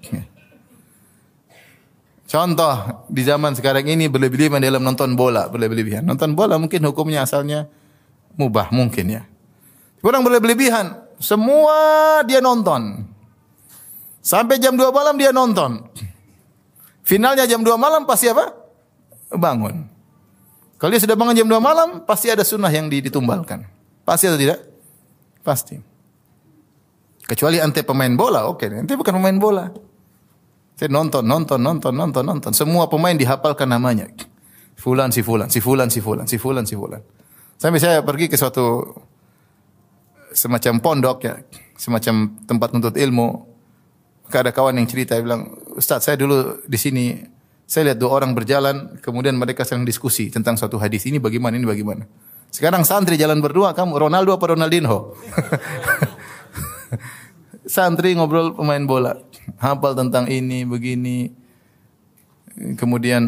Contoh di zaman sekarang ini berlebih-lebihan dalam nonton bola, berlebih-lebihan. Nonton bola mungkin hukumnya asalnya mubah mungkin ya. Orang berlebih-lebihan, semua dia nonton. Sampai jam 2 malam dia nonton. Finalnya jam 2 malam pasti apa? Bangun. Kalau dia sudah bangun jam 2 malam, pasti ada sunnah yang ditumbalkan. Pasti atau tidak? Pasti. Kecuali ente pemain bola, oke. Ente bukan pemain bola. Saya nonton. Semua pemain dihafalkan namanya. Fulan, si fulan. Sampai saya pergi ke suatu semacam pondok ya, semacam tempat menuntut ilmu. Maka ada kawan yang cerita, bilang, Ustaz, saya dulu di sini, saya lihat 2 orang berjalan, kemudian mereka sedang diskusi tentang suatu hadis. Ini bagaimana, ini bagaimana. Sekarang santri jalan berdua, kamu Ronaldo apa Ronaldinho? Santri ngobrol pemain bola. Hafal tentang ini, begini. Kemudian,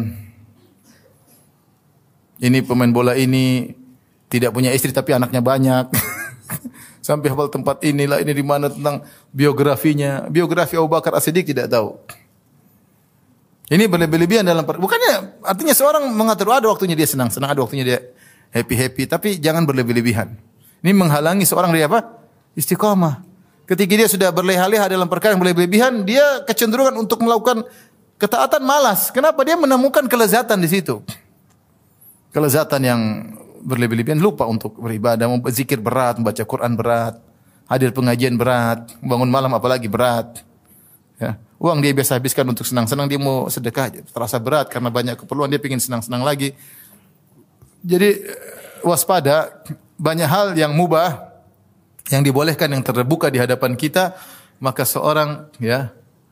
ini pemain bola ini tidak punya istri tapi anaknya banyak. Sampai hafal tempat inilah, ini di mana tentang biografinya. Biografi Abu Bakar As-Siddiq tidak tahu. Ini berlebih-lebihan dalam bukannya artinya seorang mengatur ada waktunya dia senang-senang, ada waktunya dia happy-happy, tapi jangan berlebih-lebihan. Ini menghalangi seorang dari apa? Istiqamah. Ketika dia sudah berleha-leha dalam perkara yang berlebihan, dia kecenderungan untuk melakukan ketaatan malas. Kenapa? Dia menemukan kelezatan di situ. Kelezatan yang berlebih-lebihan, lupa untuk beribadah, berzikir berat, membaca Quran berat, hadir pengajian berat, bangun malam apalagi berat. Ya. Uang dia biasa habiskan untuk senang-senang, dia mau sedekah, terasa berat karena banyak keperluan, dia ingin senang-senang lagi. Jadi waspada, banyak hal yang mubah, yang dibolehkan, yang terbuka di hadapan kita, maka seorang ya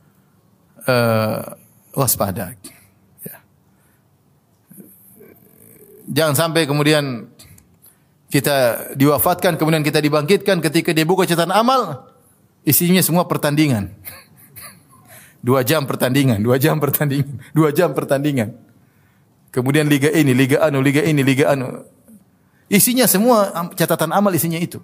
waspada. Ya. Jangan sampai kemudian kita diwafatkan, kemudian kita dibangkitkan, ketika dia buka catatan amal, isinya semua pertandingan. 2 jam pertandingan. Kemudian liga ini, liga anu. Isinya semua catatan amal, isinya itu.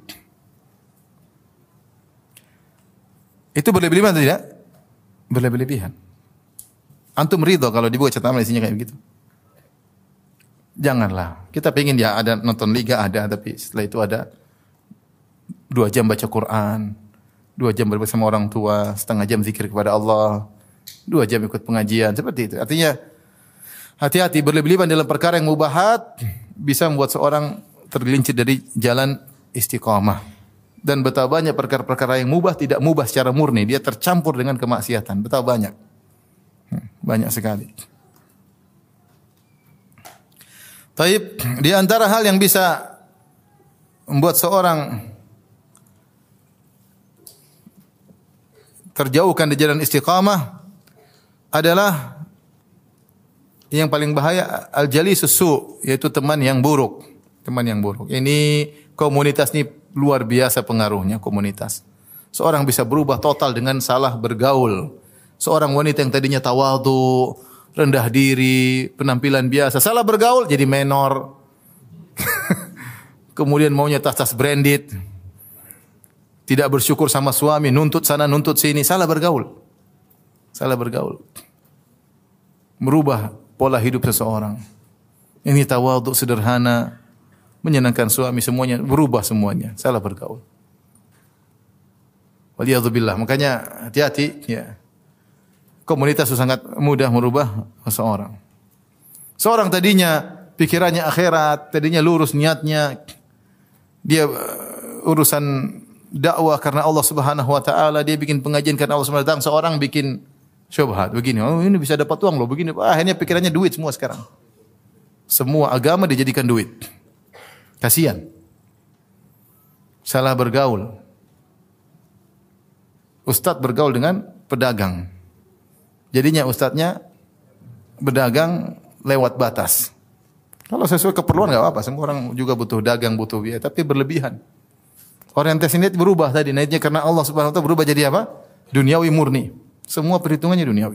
Itu berlebihan atau tidak? Berlebihan. Antum ridho kalau dibuat catatan amal isinya kayak begitu? Janganlah. Kita pengen dia ada nonton liga ada, tapi setelah itu ada 2 jam baca Quran, 2 jam bersama orang tua, setengah jam zikir kepada Allah, 2 jam ikut pengajian, seperti itu. Artinya hati-hati berlebihan dalam perkara yang mubahat bisa membuat seorang tergelincir dari jalan istiqamah. Dan betapa banyak perkara-perkara yang mubah tidak mubah secara murni, dia tercampur dengan kemaksiatan. Betapa banyak. Banyak sekali. Taib, di antara hal yang bisa membuat seorang terjauhkan di jalan istiqamah adalah yang paling bahaya al-jalisus su, yaitu teman yang buruk. Teman yang buruk. Ini komunitas ini luar biasa pengaruhnya komunitas. Seorang bisa berubah total dengan salah bergaul. Seorang wanita yang tadinya tawadhu, rendah diri, penampilan biasa, salah bergaul jadi menor. Kemudian maunya tas-tas branded. Tidak bersyukur sama suami, nuntut sana, nuntut sini, salah bergaul. Salah bergaul. Merubah pola hidup seseorang. Ini tawadhu, sederhana, menyenangkan suami, semuanya berubah semuanya, salah bergaul. Waliyadzubillah. Makanya hati-hati ya. Komunitas itu sangat mudah merubah seseorang. Seorang tadinya pikirannya akhirat, tadinya lurus niatnya, dia urusan dakwah karena Allah Subhanahu wa taala, dia bikin pengajian karena Allah Subhanahu wa taala, seorang bikin syubhat begini, oh ini bisa dapat uang loh begini, akhirnya pikirannya duit semua sekarang. Semua agama dijadikan duit. Kasihan. Salah bergaul. Ustadz bergaul dengan pedagang. Jadinya ustadznya berdagang lewat batas. Kalau sesuai keperluan enggak apa-apa, semua orang juga butuh dagang, butuh biaya, tapi berlebihan. Orientasi niat berubah tadi, niatnya karena Allah Subhanahu wa taala berubah jadi apa? Duniawi murni. Semua perhitungannya duniawi.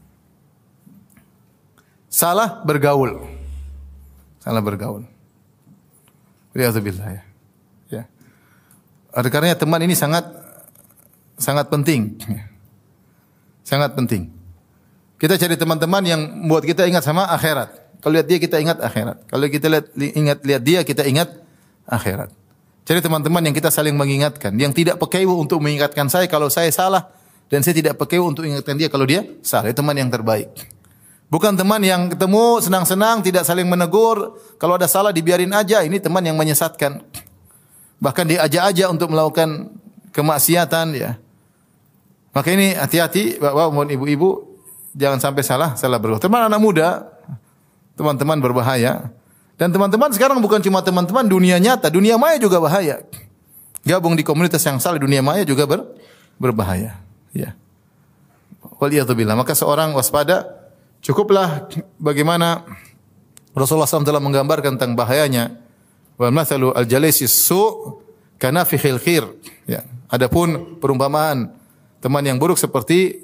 Salah bergaul. Salah bergaul. Waliyadzubillah ya. Ya. Oleh karenanya teman ini sangat penting. Sangat penting. Kita cari teman-teman yang membuat kita ingat sama akhirat. Kalau lihat dia kita ingat akhirat. Kalau kita lihat dia kita ingat akhirat. Cari teman-teman yang kita saling mengingatkan, yang tidak pekeu untuk mengingatkan saya kalau saya salah dan saya tidak pekeu untuk mengingatkan dia kalau dia salah. Itu teman yang terbaik. Bukan teman yang ketemu senang-senang tidak saling menegur, kalau ada salah dibiarin aja. Ini teman yang menyesatkan. Bahkan diajak-ajak untuk melakukan kemaksiatan ya. Maka ini hati-hati Bapak maupun ibu-ibu, jangan sampai salah bergaul. Teman anak muda, teman-teman berbahaya. Dan teman-teman sekarang bukan cuma teman-teman dunia nyata, dunia maya juga bahaya. Gabung di komunitas yang salah dunia maya juga berbahaya. Ya. Waliyadzubillah. Maka seorang waspada, cukuplah bagaimana Rasulullah SAW telah menggambarkan tentang bahayanya. Wa mathalu al-jalisis su' kanafikhil khir. Ya. Adapun perumpamaan teman yang buruk seperti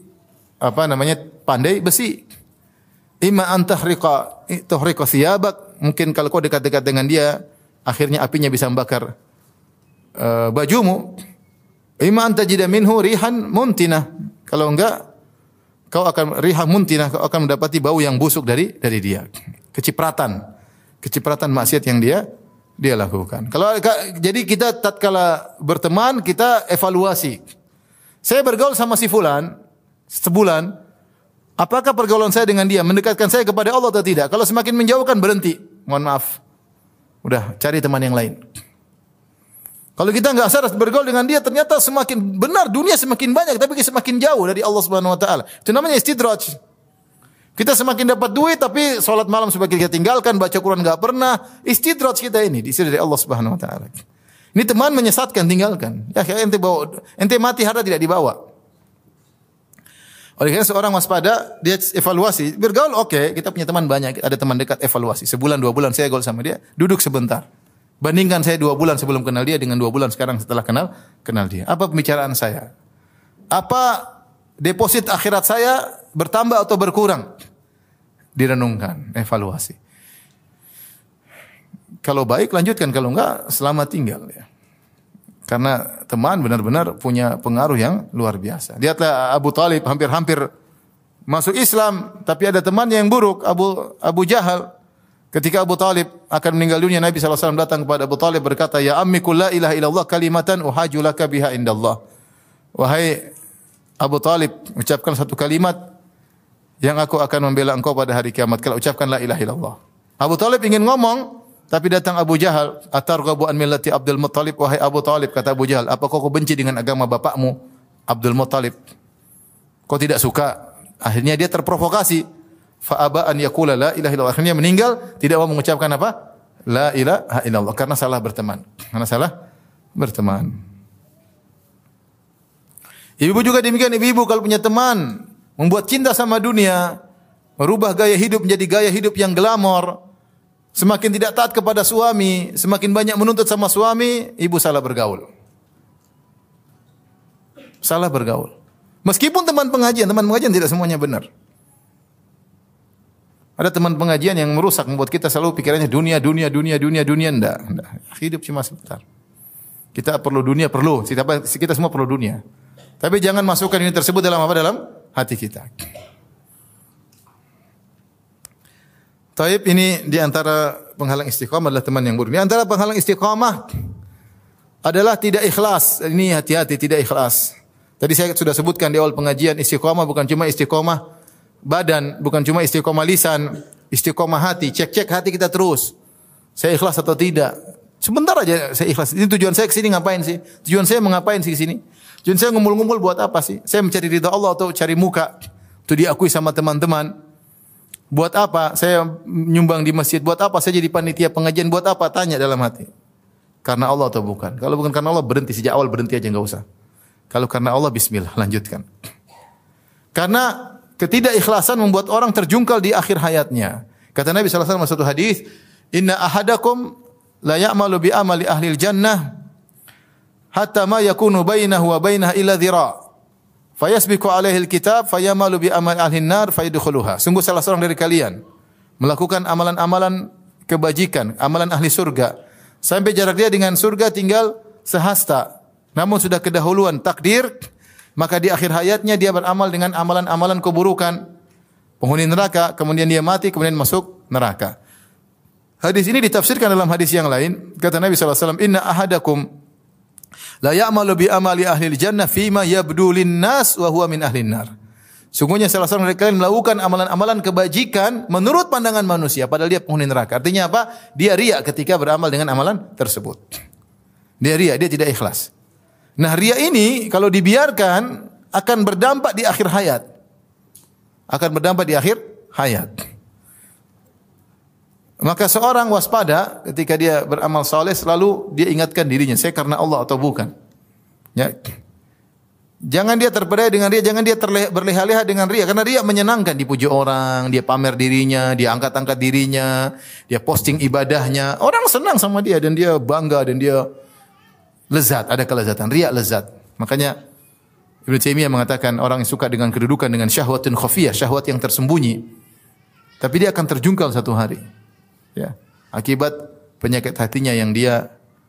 pandai besi. Imma an tahriqa thiyabak, mungkin kalau kau dekat-dekat dengan dia akhirnya apinya bisa membakar bajumu. Imma an tajida minhu rihan muntinah, kalau enggak kau akan rihan muntinah, kau akan mendapati bau yang busuk dari dia. Kecipratan maksiat yang dia lakukan. Jadi kita tatkala berteman kita evaluasi. Saya bergaul sama si fulan sebulan, apakah pergaulan saya dengan dia mendekatkan saya kepada Allah atau tidak? Kalau semakin menjauhkan berhenti. Mohon maaf. Udah cari teman yang lain. Kalau kita enggak sadar bergaul dengan dia ternyata semakin benar dunia semakin banyak tapi semakin jauh dari Allah Subhanahu wa taala. Itu namanya istidraj. Kita semakin dapat duit tapi salat malam sebagian kita tinggalkan, baca Quran enggak pernah. Istidraj kita ini diisi dari Allah Subhanahu wa taala. Ini teman menyesatkan, tinggalkan. Ya ente mati harta tidak dibawa. Oleh karena seorang waspada, dia evaluasi, bergaul oke, kita punya teman banyak, ada teman dekat, evaluasi. Sebulan, 2 bulan saya gaul sama dia, duduk sebentar. Bandingkan saya 2 bulan sebelum kenal dia dengan 2 bulan sekarang setelah kenal dia. Apa pembicaraan saya? Apa deposit akhirat saya bertambah atau berkurang? Direnungkan, evaluasi. Kalau baik lanjutkan, kalau enggak selamat tinggal ya. Karena teman benar-benar punya pengaruh yang luar biasa. Lihatlah Abu Talib hampir-hampir masuk Islam, tapi ada temannya yang buruk, Abu Jahal. Ketika Abu Talib akan meninggal dunia, Nabi SAW datang kepada Abu Talib berkata, Ya ammi qul la ilaha illallah kalimatan uhaju laka biha indallah. Wahai Abu Talib, ucapkan satu kalimat yang aku akan membela engkau pada hari kiamat. Kalau ucapkan la ilaha illallah. Abu Talib ingin ngomong, tapi datang Abu Jahal, atarghabu an millati Abdul Muttalib, wahai Abu Talib, kata Abu Jahal, apakah kau benci dengan agama bapakmu Abdul Muttalib? Kau tidak suka? Akhirnya dia terprovokasi. Fa aba an yaqula la ilaha illallah. Akhirnya meninggal tidak mau mengucapkan apa? La ilaha illallah karena salah berteman. Ibu juga demikian, ibu kalau punya teman membuat cinta sama dunia, merubah gaya hidup menjadi gaya hidup yang glamor, semakin tidak taat kepada suami, semakin banyak menuntut sama suami, ibu salah bergaul. Salah bergaul. Meskipun teman pengajian tidak semuanya benar. Ada teman pengajian yang merusak, membuat kita selalu pikirannya dunia. Enggak. Hidup cuma sebentar. Kita perlu dunia, kita semua perlu dunia. Tapi jangan masukkan ini tersebut dalam hati kita. Taib ini di antara penghalang istiqamah adalah teman yang buruk. Di antara penghalang istiqamah adalah tidak ikhlas. Ini hati-hati, tidak ikhlas. Tadi saya sudah sebutkan di awal pengajian, istiqomah bukan cuma istiqomah badan, bukan cuma istiqomah lisan, istiqomah hati. Cek-cek hati kita terus. Saya ikhlas atau tidak? Sebentar aja saya ikhlas. Ini tujuan saya ke sini ngapain sih? Tujuan saya mengapain sih ke sini? Tujuan saya ngumpul-ngumpul buat apa sih? Saya mencari ridha Allah atau cari muka? Itu diakui sama teman-teman. Buat apa? Saya nyumbang di masjid. Buat apa? Saya jadi panitia pengajian. Buat apa? Tanya dalam hati. Karena Allah atau bukan? Kalau bukan karena Allah, berhenti. Sejak awal berhenti aja, enggak usah. Kalau karena Allah, bismillah, lanjutkan. Karena ketidakikhlasan membuat orang terjungkal di akhir hayatnya. Kata Nabi sallallahu alaihi wasallam satu hadis, "Inna ahadakum la ya'malu bi amali ahli jannah hatta ma yakunu bainahu wa bainaha illa dhira'. Fayasbiqu alaihi alkitab fayamalu bi amali ahli an-nar fayadkhuluha." Sungguh salah seorang dari kalian melakukan amalan-amalan kebajikan, amalan ahli surga, sampai jarak dia dengan surga tinggal sehasta. Namun sudah kedahuluan takdir, maka di akhir hayatnya dia beramal dengan amalan-amalan keburukan, penghuni neraka, kemudian dia mati, kemudian masuk neraka. Hadis ini ditafsirkan dalam hadis yang lain. Kata Nabi sallallahu alaihi wasallam, "Inna ahadakum la ya'malu bi amali ahli jannah fima yabdu lin-nas wa huwa min ahli nar." Sungguhnya salah seorang dari kalian melakukan amalan-amalan kebajikan menurut pandangan manusia, padahal dia penghuni neraka. Artinya apa? Dia riya ketika beramal dengan amalan tersebut. Dia riya, dia tidak ikhlas. Nah, riya ini kalau dibiarkan akan berdampak di akhir hayat. Akan berdampak di akhir hayat. Maka seorang waspada ketika dia beramal saleh, selalu dia ingatkan dirinya, saya karena Allah atau bukan. Ya. Jangan dia terpedaya dengan riya, jangan dia berleha-leha dengan riya, karena riya menyenangkan, dipuji orang, dia pamer dirinya, dia angkat-angkat dirinya, dia posting ibadahnya. Orang senang sama dia dan dia bangga dan dia lezat, ada kelezatan. Riya lezat. Makanya Ibnu Taimiyah mengatakan orang yang suka dengan kedudukan, dengan syahwatun khafiyah, syahwat yang tersembunyi, tapi dia akan terjungkal satu hari. Ya, akibat penyakit hatinya yang dia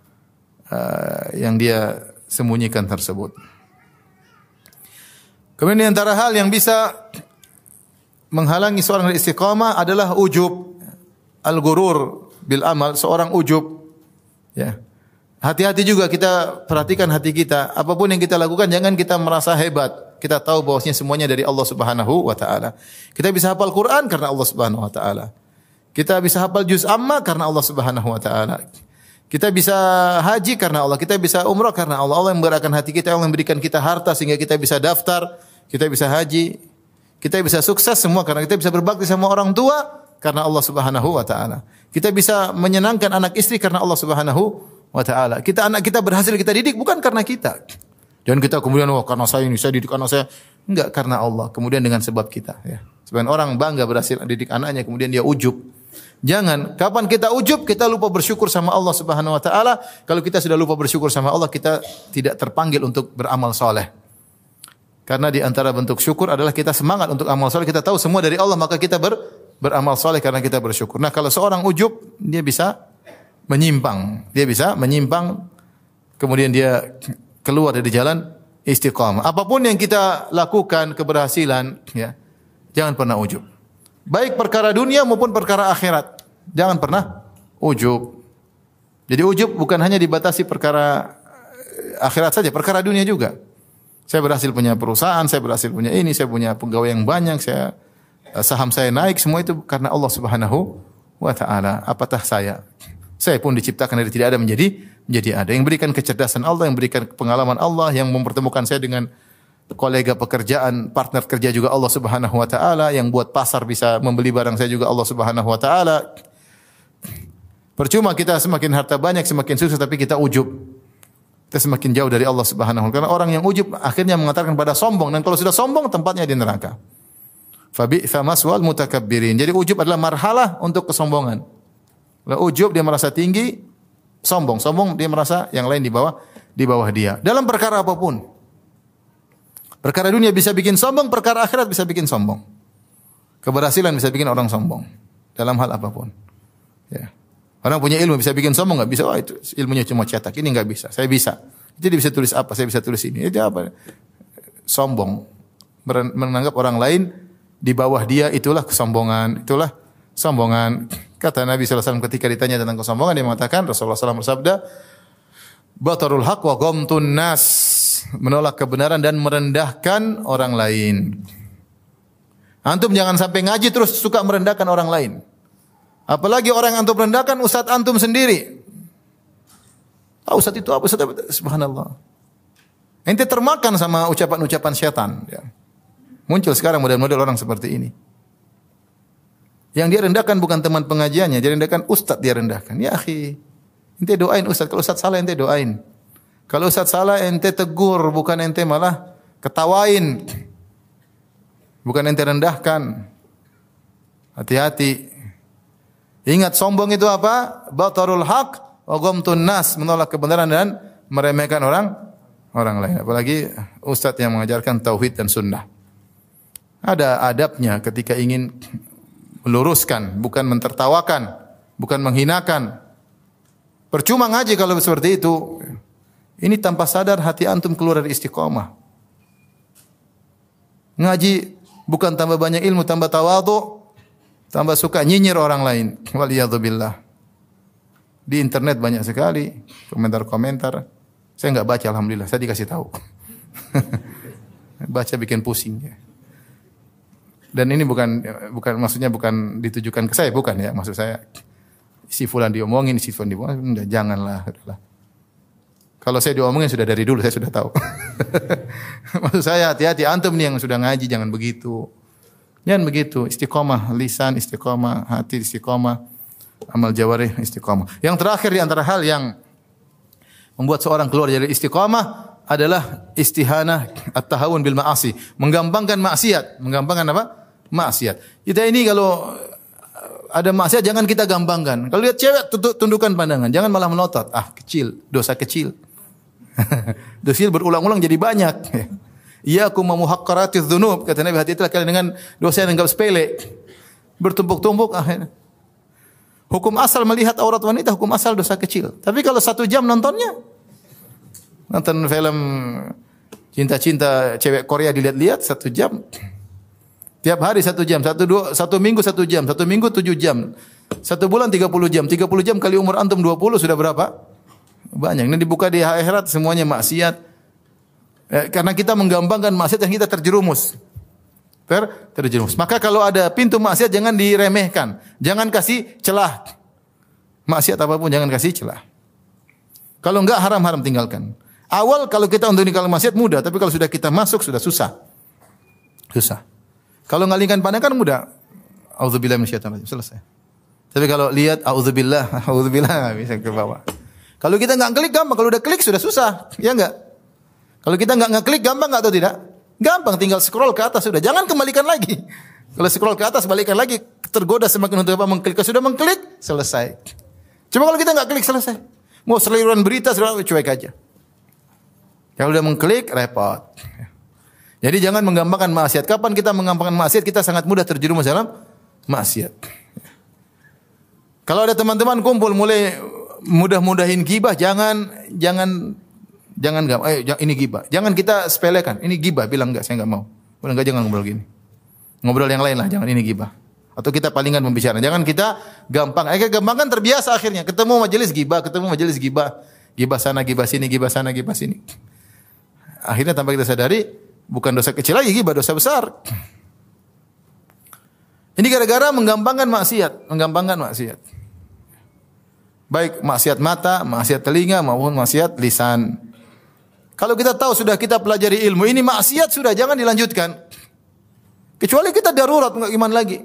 sembunyikan tersebut. Kemudian di antara hal yang bisa menghalangi seorang dari istiqamah adalah ujub, al-ghurur bil amal, seorang ujub. Ya. Hati-hati juga kita perhatikan hati kita. Apapun yang kita lakukan jangan kita merasa hebat. Kita tahu bahwasanya semuanya dari Allah Subhanahu wa taala. Kita bisa hafal Quran karena Allah Subhanahu wa taala. Kita bisa hafal juz amma karena Allah Subhanahu wa taala. Kita bisa haji karena Allah, kita bisa umrah karena Allah. Allah yang menggerakkan hati kita, Allah yang memberikan kita harta sehingga kita bisa daftar, kita bisa haji, kita bisa sukses semua karena kita bisa berbakti sama orang tua karena Allah Subhanahu wa taala. Kita bisa menyenangkan anak istri karena Allah Subhanahu wa taala. Anak kita berhasil kita didik bukan karena kita. Jangan kita kemudian karena saya ini saya didik anak saya, enggak, karena Allah. Kemudian dengan sebab kita, ya. Sebagian orang bangga berhasil didik anaknya kemudian dia ujub. Jangan, kapan kita ujub, kita lupa bersyukur sama Allah Subhanahu wa taala. Kalau kita sudah lupa bersyukur sama Allah, kita tidak terpanggil untuk beramal saleh. Karena di antara bentuk syukur adalah kita semangat untuk amal saleh, kita tahu semua dari Allah, maka kita beramal saleh karena kita bersyukur. Nah, kalau seorang ujub, dia bisa menyimpang. Dia bisa menyimpang, kemudian dia keluar dari jalan istiqamah. Apapun yang kita lakukan, keberhasilan, ya, jangan pernah ujub. Baik perkara dunia maupun perkara akhirat. Jangan pernah ujub. Jadi ujub bukan hanya dibatasi perkara akhirat saja, perkara dunia juga. Saya berhasil punya perusahaan, saya berhasil punya ini, saya punya pegawai yang banyak, saham saya naik, semua itu karena Allah Subhanahu wa taala. Apatah saya? Saya pun diciptakan dari tidak ada menjadi ada. Yang berikan kecerdasan Allah, yang berikan pengalaman Allah, yang mempertemukan saya dengan kolega pekerjaan, partner kerja juga Allah Subhanahu wa taala, yang buat pasar bisa membeli barang saya juga Allah Subhanahu wa taala. Percuma kita semakin harta banyak, semakin sukses tapi kita ujub. Kita semakin jauh dari Allah Subhanahu wa taala. Karena orang yang ujub akhirnya mengatakan pada sombong, dan kalau sudah sombong tempatnya di neraka. Fabi'sa maswal mutakabbirin. Jadi ujub adalah marhalah untuk kesombongan. Kalau ujub dia merasa tinggi, sombong dia merasa yang lain di bawah dia. Dalam perkara apapun. Perkara dunia bisa bikin sombong, perkara akhirat bisa bikin sombong. Keberhasilan bisa bikin orang sombong dalam hal apapun. Ya. Orang punya ilmu bisa bikin sombong, enggak bisa. Wah, itu ilmunya cuma cetak. Ini enggak bisa. Saya bisa. Jadi bisa tulis apa? Saya bisa tulis ini. Itu apa? Sombong. Menganggap orang lain di bawah dia, itulah kesombongan. Itulah sombongan. Kata Nabi sallallahu alaihi wasallam ketika ditanya tentang kesombongan, dia mengatakan, Rasulullah sallallahu alaihi wasallam bersabda, "Batarul haq wa ghamtun nas." menolak kebenaran dan merendahkan orang lain. Antum jangan sampai ngaji terus suka merendahkan orang lain. Apalagi orang yang antum rendahkan ustaz antum sendiri. Ustaz itu apa? Ustaz apa? Subhanallah. Ente termakan sama ucapan-ucapan syaitan. Ya. Muncul sekarang model-model orang seperti ini. Yang dia rendahkan bukan teman pengajiannya, dia rendahkan ustaz dia rendahkan. Ya akhi, ente doain ustaz. Kalau ustaz salah ente doain. Kalau ustaz salah ente tegur, bukan ente malah ketawain. Bukan ente rendahkan. Hati-hati. Ingat sombong itu apa? Batarul haq wa ghamtun nas, menolak kebenaran dan meremehkan orang lain. Apalagi ustaz yang mengajarkan tauhid dan sunnah. Ada adabnya ketika ingin meluruskan, bukan mentertawakan, bukan menghinakan. Percuma ngaji kalau seperti itu. Ini tanpa sadar hati antum keluar dari istiqamah. Ngaji bukan tambah banyak ilmu, tambah tawadhu, tambah suka nyinyir orang lain. Waliyadzubillah. Di internet banyak sekali komentar-komentar. Saya enggak baca alhamdulillah, saya dikasih tahu. Baca bikin pusing. Dan ini bukan maksudnya bukan ditujukan ke saya, bukan ya. Maksud saya si fulan diomongin, si fulan diomongin, janganlah. Kalau saya diomongin sudah dari dulu, saya sudah tahu. Maksud saya hati-hati antum nih yang sudah ngaji jangan begitu. Jangan begitu, istiqomah lisan, istiqomah hati, istiqomah amal jawarih, istiqomah. Yang terakhir di antara hal yang membuat seorang keluar dari istiqomah adalah istihanah at-tahawun bil ma'asi, menggampangkan maksiat. Menggampangkan apa? Maksiat. Kita ini kalau ada maksiat jangan kita gampangkan. Kalau lihat cewek tundukkan pandangan, jangan malah melotot. Kecil, dosa kecil. Dosa berulang-ulang jadi banyak. Iyyakum muhaqqaratiz dzunub, kata Nabi, hati-hatilah kalian dengan dosa yang anggap sepele. Bertumpuk-tumpuk akhirnya. Hukum asal melihat aurat wanita, hukum asal dosa kecil. Tapi kalau 1 jam nontonnya, nonton film cinta-cinta cewek Korea dilihat-lihat 1 jam. Tiap hari 1 jam, 1 minggu 1 jam, 1 minggu 7 jam. 1 bulan 30 jam. 30 jam kali umur antum 20 sudah berapa? Banyak. Ini dibuka di akhirat semuanya maksiat. Karena kita menggampangkan maksiat dan kita terjerumus. Terjerumus. Maka kalau ada pintu maksiat jangan diremehkan. Jangan kasih celah. Maksiat apapun jangan kasih celah. Kalau enggak haram-haram tinggalkan. Awal kalau kita untuk meninggalkan maksiat mudah, tapi kalau sudah kita masuk sudah susah. Susah. Kalau ngalingkan pandangan kan mudah. Auzubillahi minasyaitonir rajim, selesai. Tapi kalau lihat auzubillah bisa ke bawah. Kalau kita enggak klik gampang, kalau udah klik sudah susah. Ya enggak? Kalau kita enggak ngeklik gampang enggak atau tidak? Gampang, tinggal scroll ke atas sudah. Jangan kembalikan lagi. Kalau scroll ke atas balikan lagi, tergoda semakin untuk apa mengklik. Kalau sudah mengklik, selesai. Cuma kalau kita enggak klik selesai. Mau seliruan berita sudah cuek aja. Kalau udah mengklik repot. Jadi jangan menggampangkan maksiat. Kapan kita menggampangkan maksiat, kita sangat mudah terjerumus dalam maksiat. Kalau ada teman-teman kumpul mulai mudah-mudahin gibah, jangan ini gibah. Jangan kita sepelekan. Ini gibah, bilang enggak, saya enggak mau. Bilang enggak, jangan ngobrol gini. Ngobrol yang lain lah, jangan ini gibah. Atau kita palingan membicarakan. Jangan kita gampang. Gampang kan terbiasa akhirnya. Ketemu majelis gibah. Gibah sana, gibah sini, gibah sana, gibah sini. Akhirnya tanpa kita sadari, bukan dosa kecil lagi, gibah dosa besar. Ini gara-gara menggampangkan maksiat. Baik maksiat mata, maksiat telinga, maupun maksiat lisan. Kalau kita tahu sudah kita pelajari ilmu, ini maksiat sudah, jangan dilanjutkan. Kecuali kita darurat, enggak gimana lagi.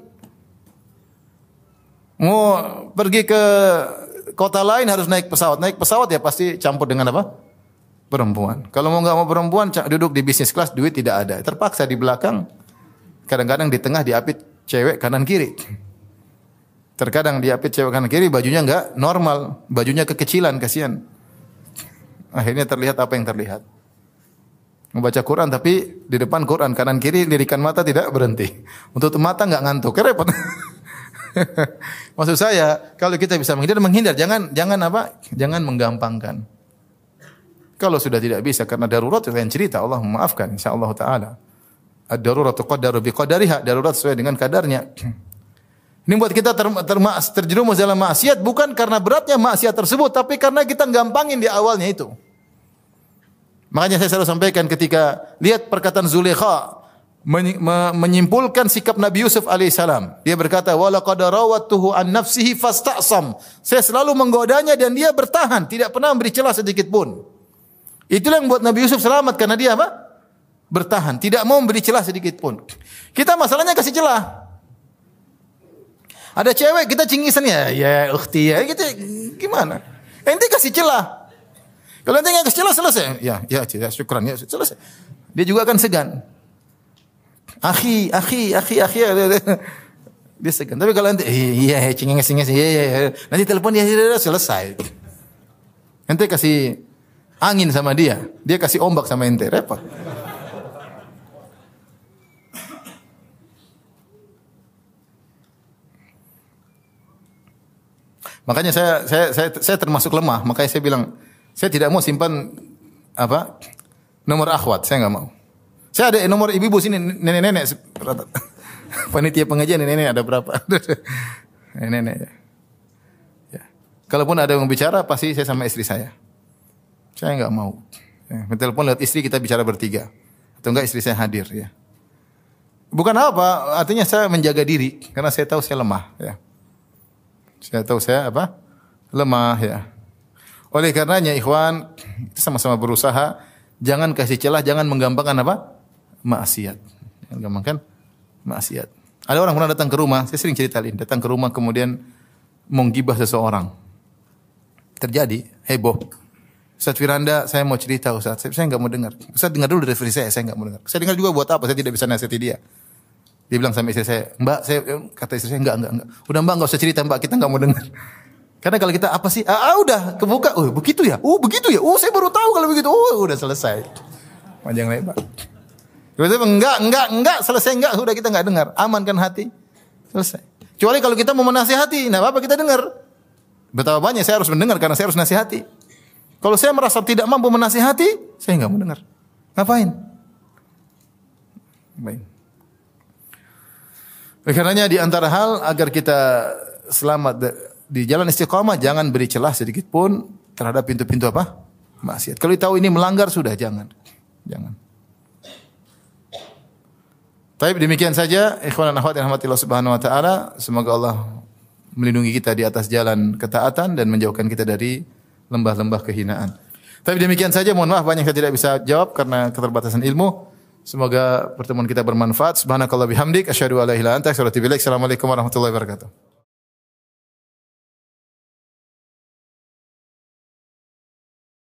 Mau pergi ke kota lain harus naik pesawat. Naik pesawat ya pasti campur dengan apa? Perempuan. Kalau enggak mau perempuan, duduk di bisnis kelas, duit tidak ada. Terpaksa di belakang. Kadang-kadang di tengah diapit cewek kanan kiri. Terkadang diapit cewek kanan kiri, bajunya enggak normal. Bajunya kekecilan, kasihan. Akhirnya terlihat apa yang terlihat. Membaca Quran tapi di depan Quran, kanan kiri lirikan mata tidak berhenti. Untuk mata enggak ngantuk, repot. Maksud saya, kalau kita bisa menghindar, jangan menggampangkan. Kalau sudah tidak bisa karena darurat, lain cerita, Allah memaafkan insyaallah taala. Ad-daruratu qaddaru biqadariha, darurat sesuai dengan kadarnya. Ini buat kita terjerumus dalam maksiat bukan karena beratnya maksiat tersebut, tapi karena kita gampangin di awalnya itu. Makanya saya selalu sampaikan ketika lihat perkataan Zulaikha menyimpulkan sikap Nabi Yusuf alaihissalam. Dia berkata, "Wa laqad rawattuhu an nafsihi fasta'sam." Saya selalu menggodanya dan dia bertahan, tidak pernah memberi celah sedikit pun. Itulah yang buat Nabi Yusuf selamat karena dia apa? Bertahan, tidak mau memberi celah sedikit pun. Kita masalahnya kasih celah. Ada cewek kita cingisan ya ukhti ya gitu gimana? Ente kasih celah. Kalau ente enggak kasih celah selesai. Ya syukran ya selesai. Dia juga akan segan. Akhi. Dia segan. Tapi kalau ente cinges iya. Nanti telepon dia selesai. Ente kasih angin sama dia kasih ombak sama ente, repot. Makanya saya termasuk lemah, makanya saya bilang saya tidak mau simpan nomor akhwat, saya enggak mau. Saya ada nomor ibu-ibu sini, nenek-nenek. Panitia pengajian nenek ada berapa? Nenek ya. Kalaupun ada yang bicara pasti saya sama istri saya. Saya enggak mau. Telepon lihat istri kita bicara bertiga. Atau enggak istri saya hadir ya. Bukan apa, artinya saya menjaga diri karena saya tahu saya lemah ya. Saya tahu saya lemah ya. Oleh karenanya ikhwan, kita sama-sama berusaha jangan kasih celah, jangan menggampangkan maksiat. Jangan gampangkan maksiat. Ada orang pernah datang ke rumah, saya sering ceritain, datang ke rumah kemudian menggibah seseorang. Terjadi heboh. Ustaz Firanda, saya mau cerita Ustaz. Saya enggak mau dengar. Ustaz dengar dulu dari versi saya enggak mau dengar. Saya dengar juga buat apa? Saya tidak bisa nasihati dia. Dia bilang sama istri saya, "Mbak, kata istri saya enggak. Udah Mbak enggak usah cerita Mbak, kita enggak mau dengar." Karena kalau kita apa sih? Udah kebuka. Oh, begitu ya. Begitu ya. Saya baru tahu kalau begitu. Udah selesai. Panjang lebar. Tiba-tiba enggak, selesai enggak, sudah kita enggak dengar. Amankan hati. Selesai. Kecuali kalau kita mau menasihati, enggak apa-apa kita dengar. Betapa banyak saya harus mendengar karena saya harus nasihati. Kalau saya merasa tidak mampu menasihati, saya enggak mau dengar. Ngapain? Baik. Karenanya di antara hal agar kita selamat di jalan istiqamah, jangan beri celah sedikit pun terhadap pintu-pintu maksiat. Kalau tahu ini melanggar sudah jangan. Baik, demikian saja ikhwan dan akhwat yang rahmatillah subhanahu wa taala. Semoga Allah melindungi kita di atas jalan ketaatan dan menjauhkan kita dari lembah-lembah kehinaan. Tapi demikian saja, mohon maaf banyak saya tidak bisa jawab karena keterbatasan ilmu. Semoga pertemuan kita bermanfaat. Subhanakallah bihamdik asyhadu an la ilaha illa anta astaghfiruka wa atubu ilaik. Assalamualaikum warahmatullahi wabarakatuh.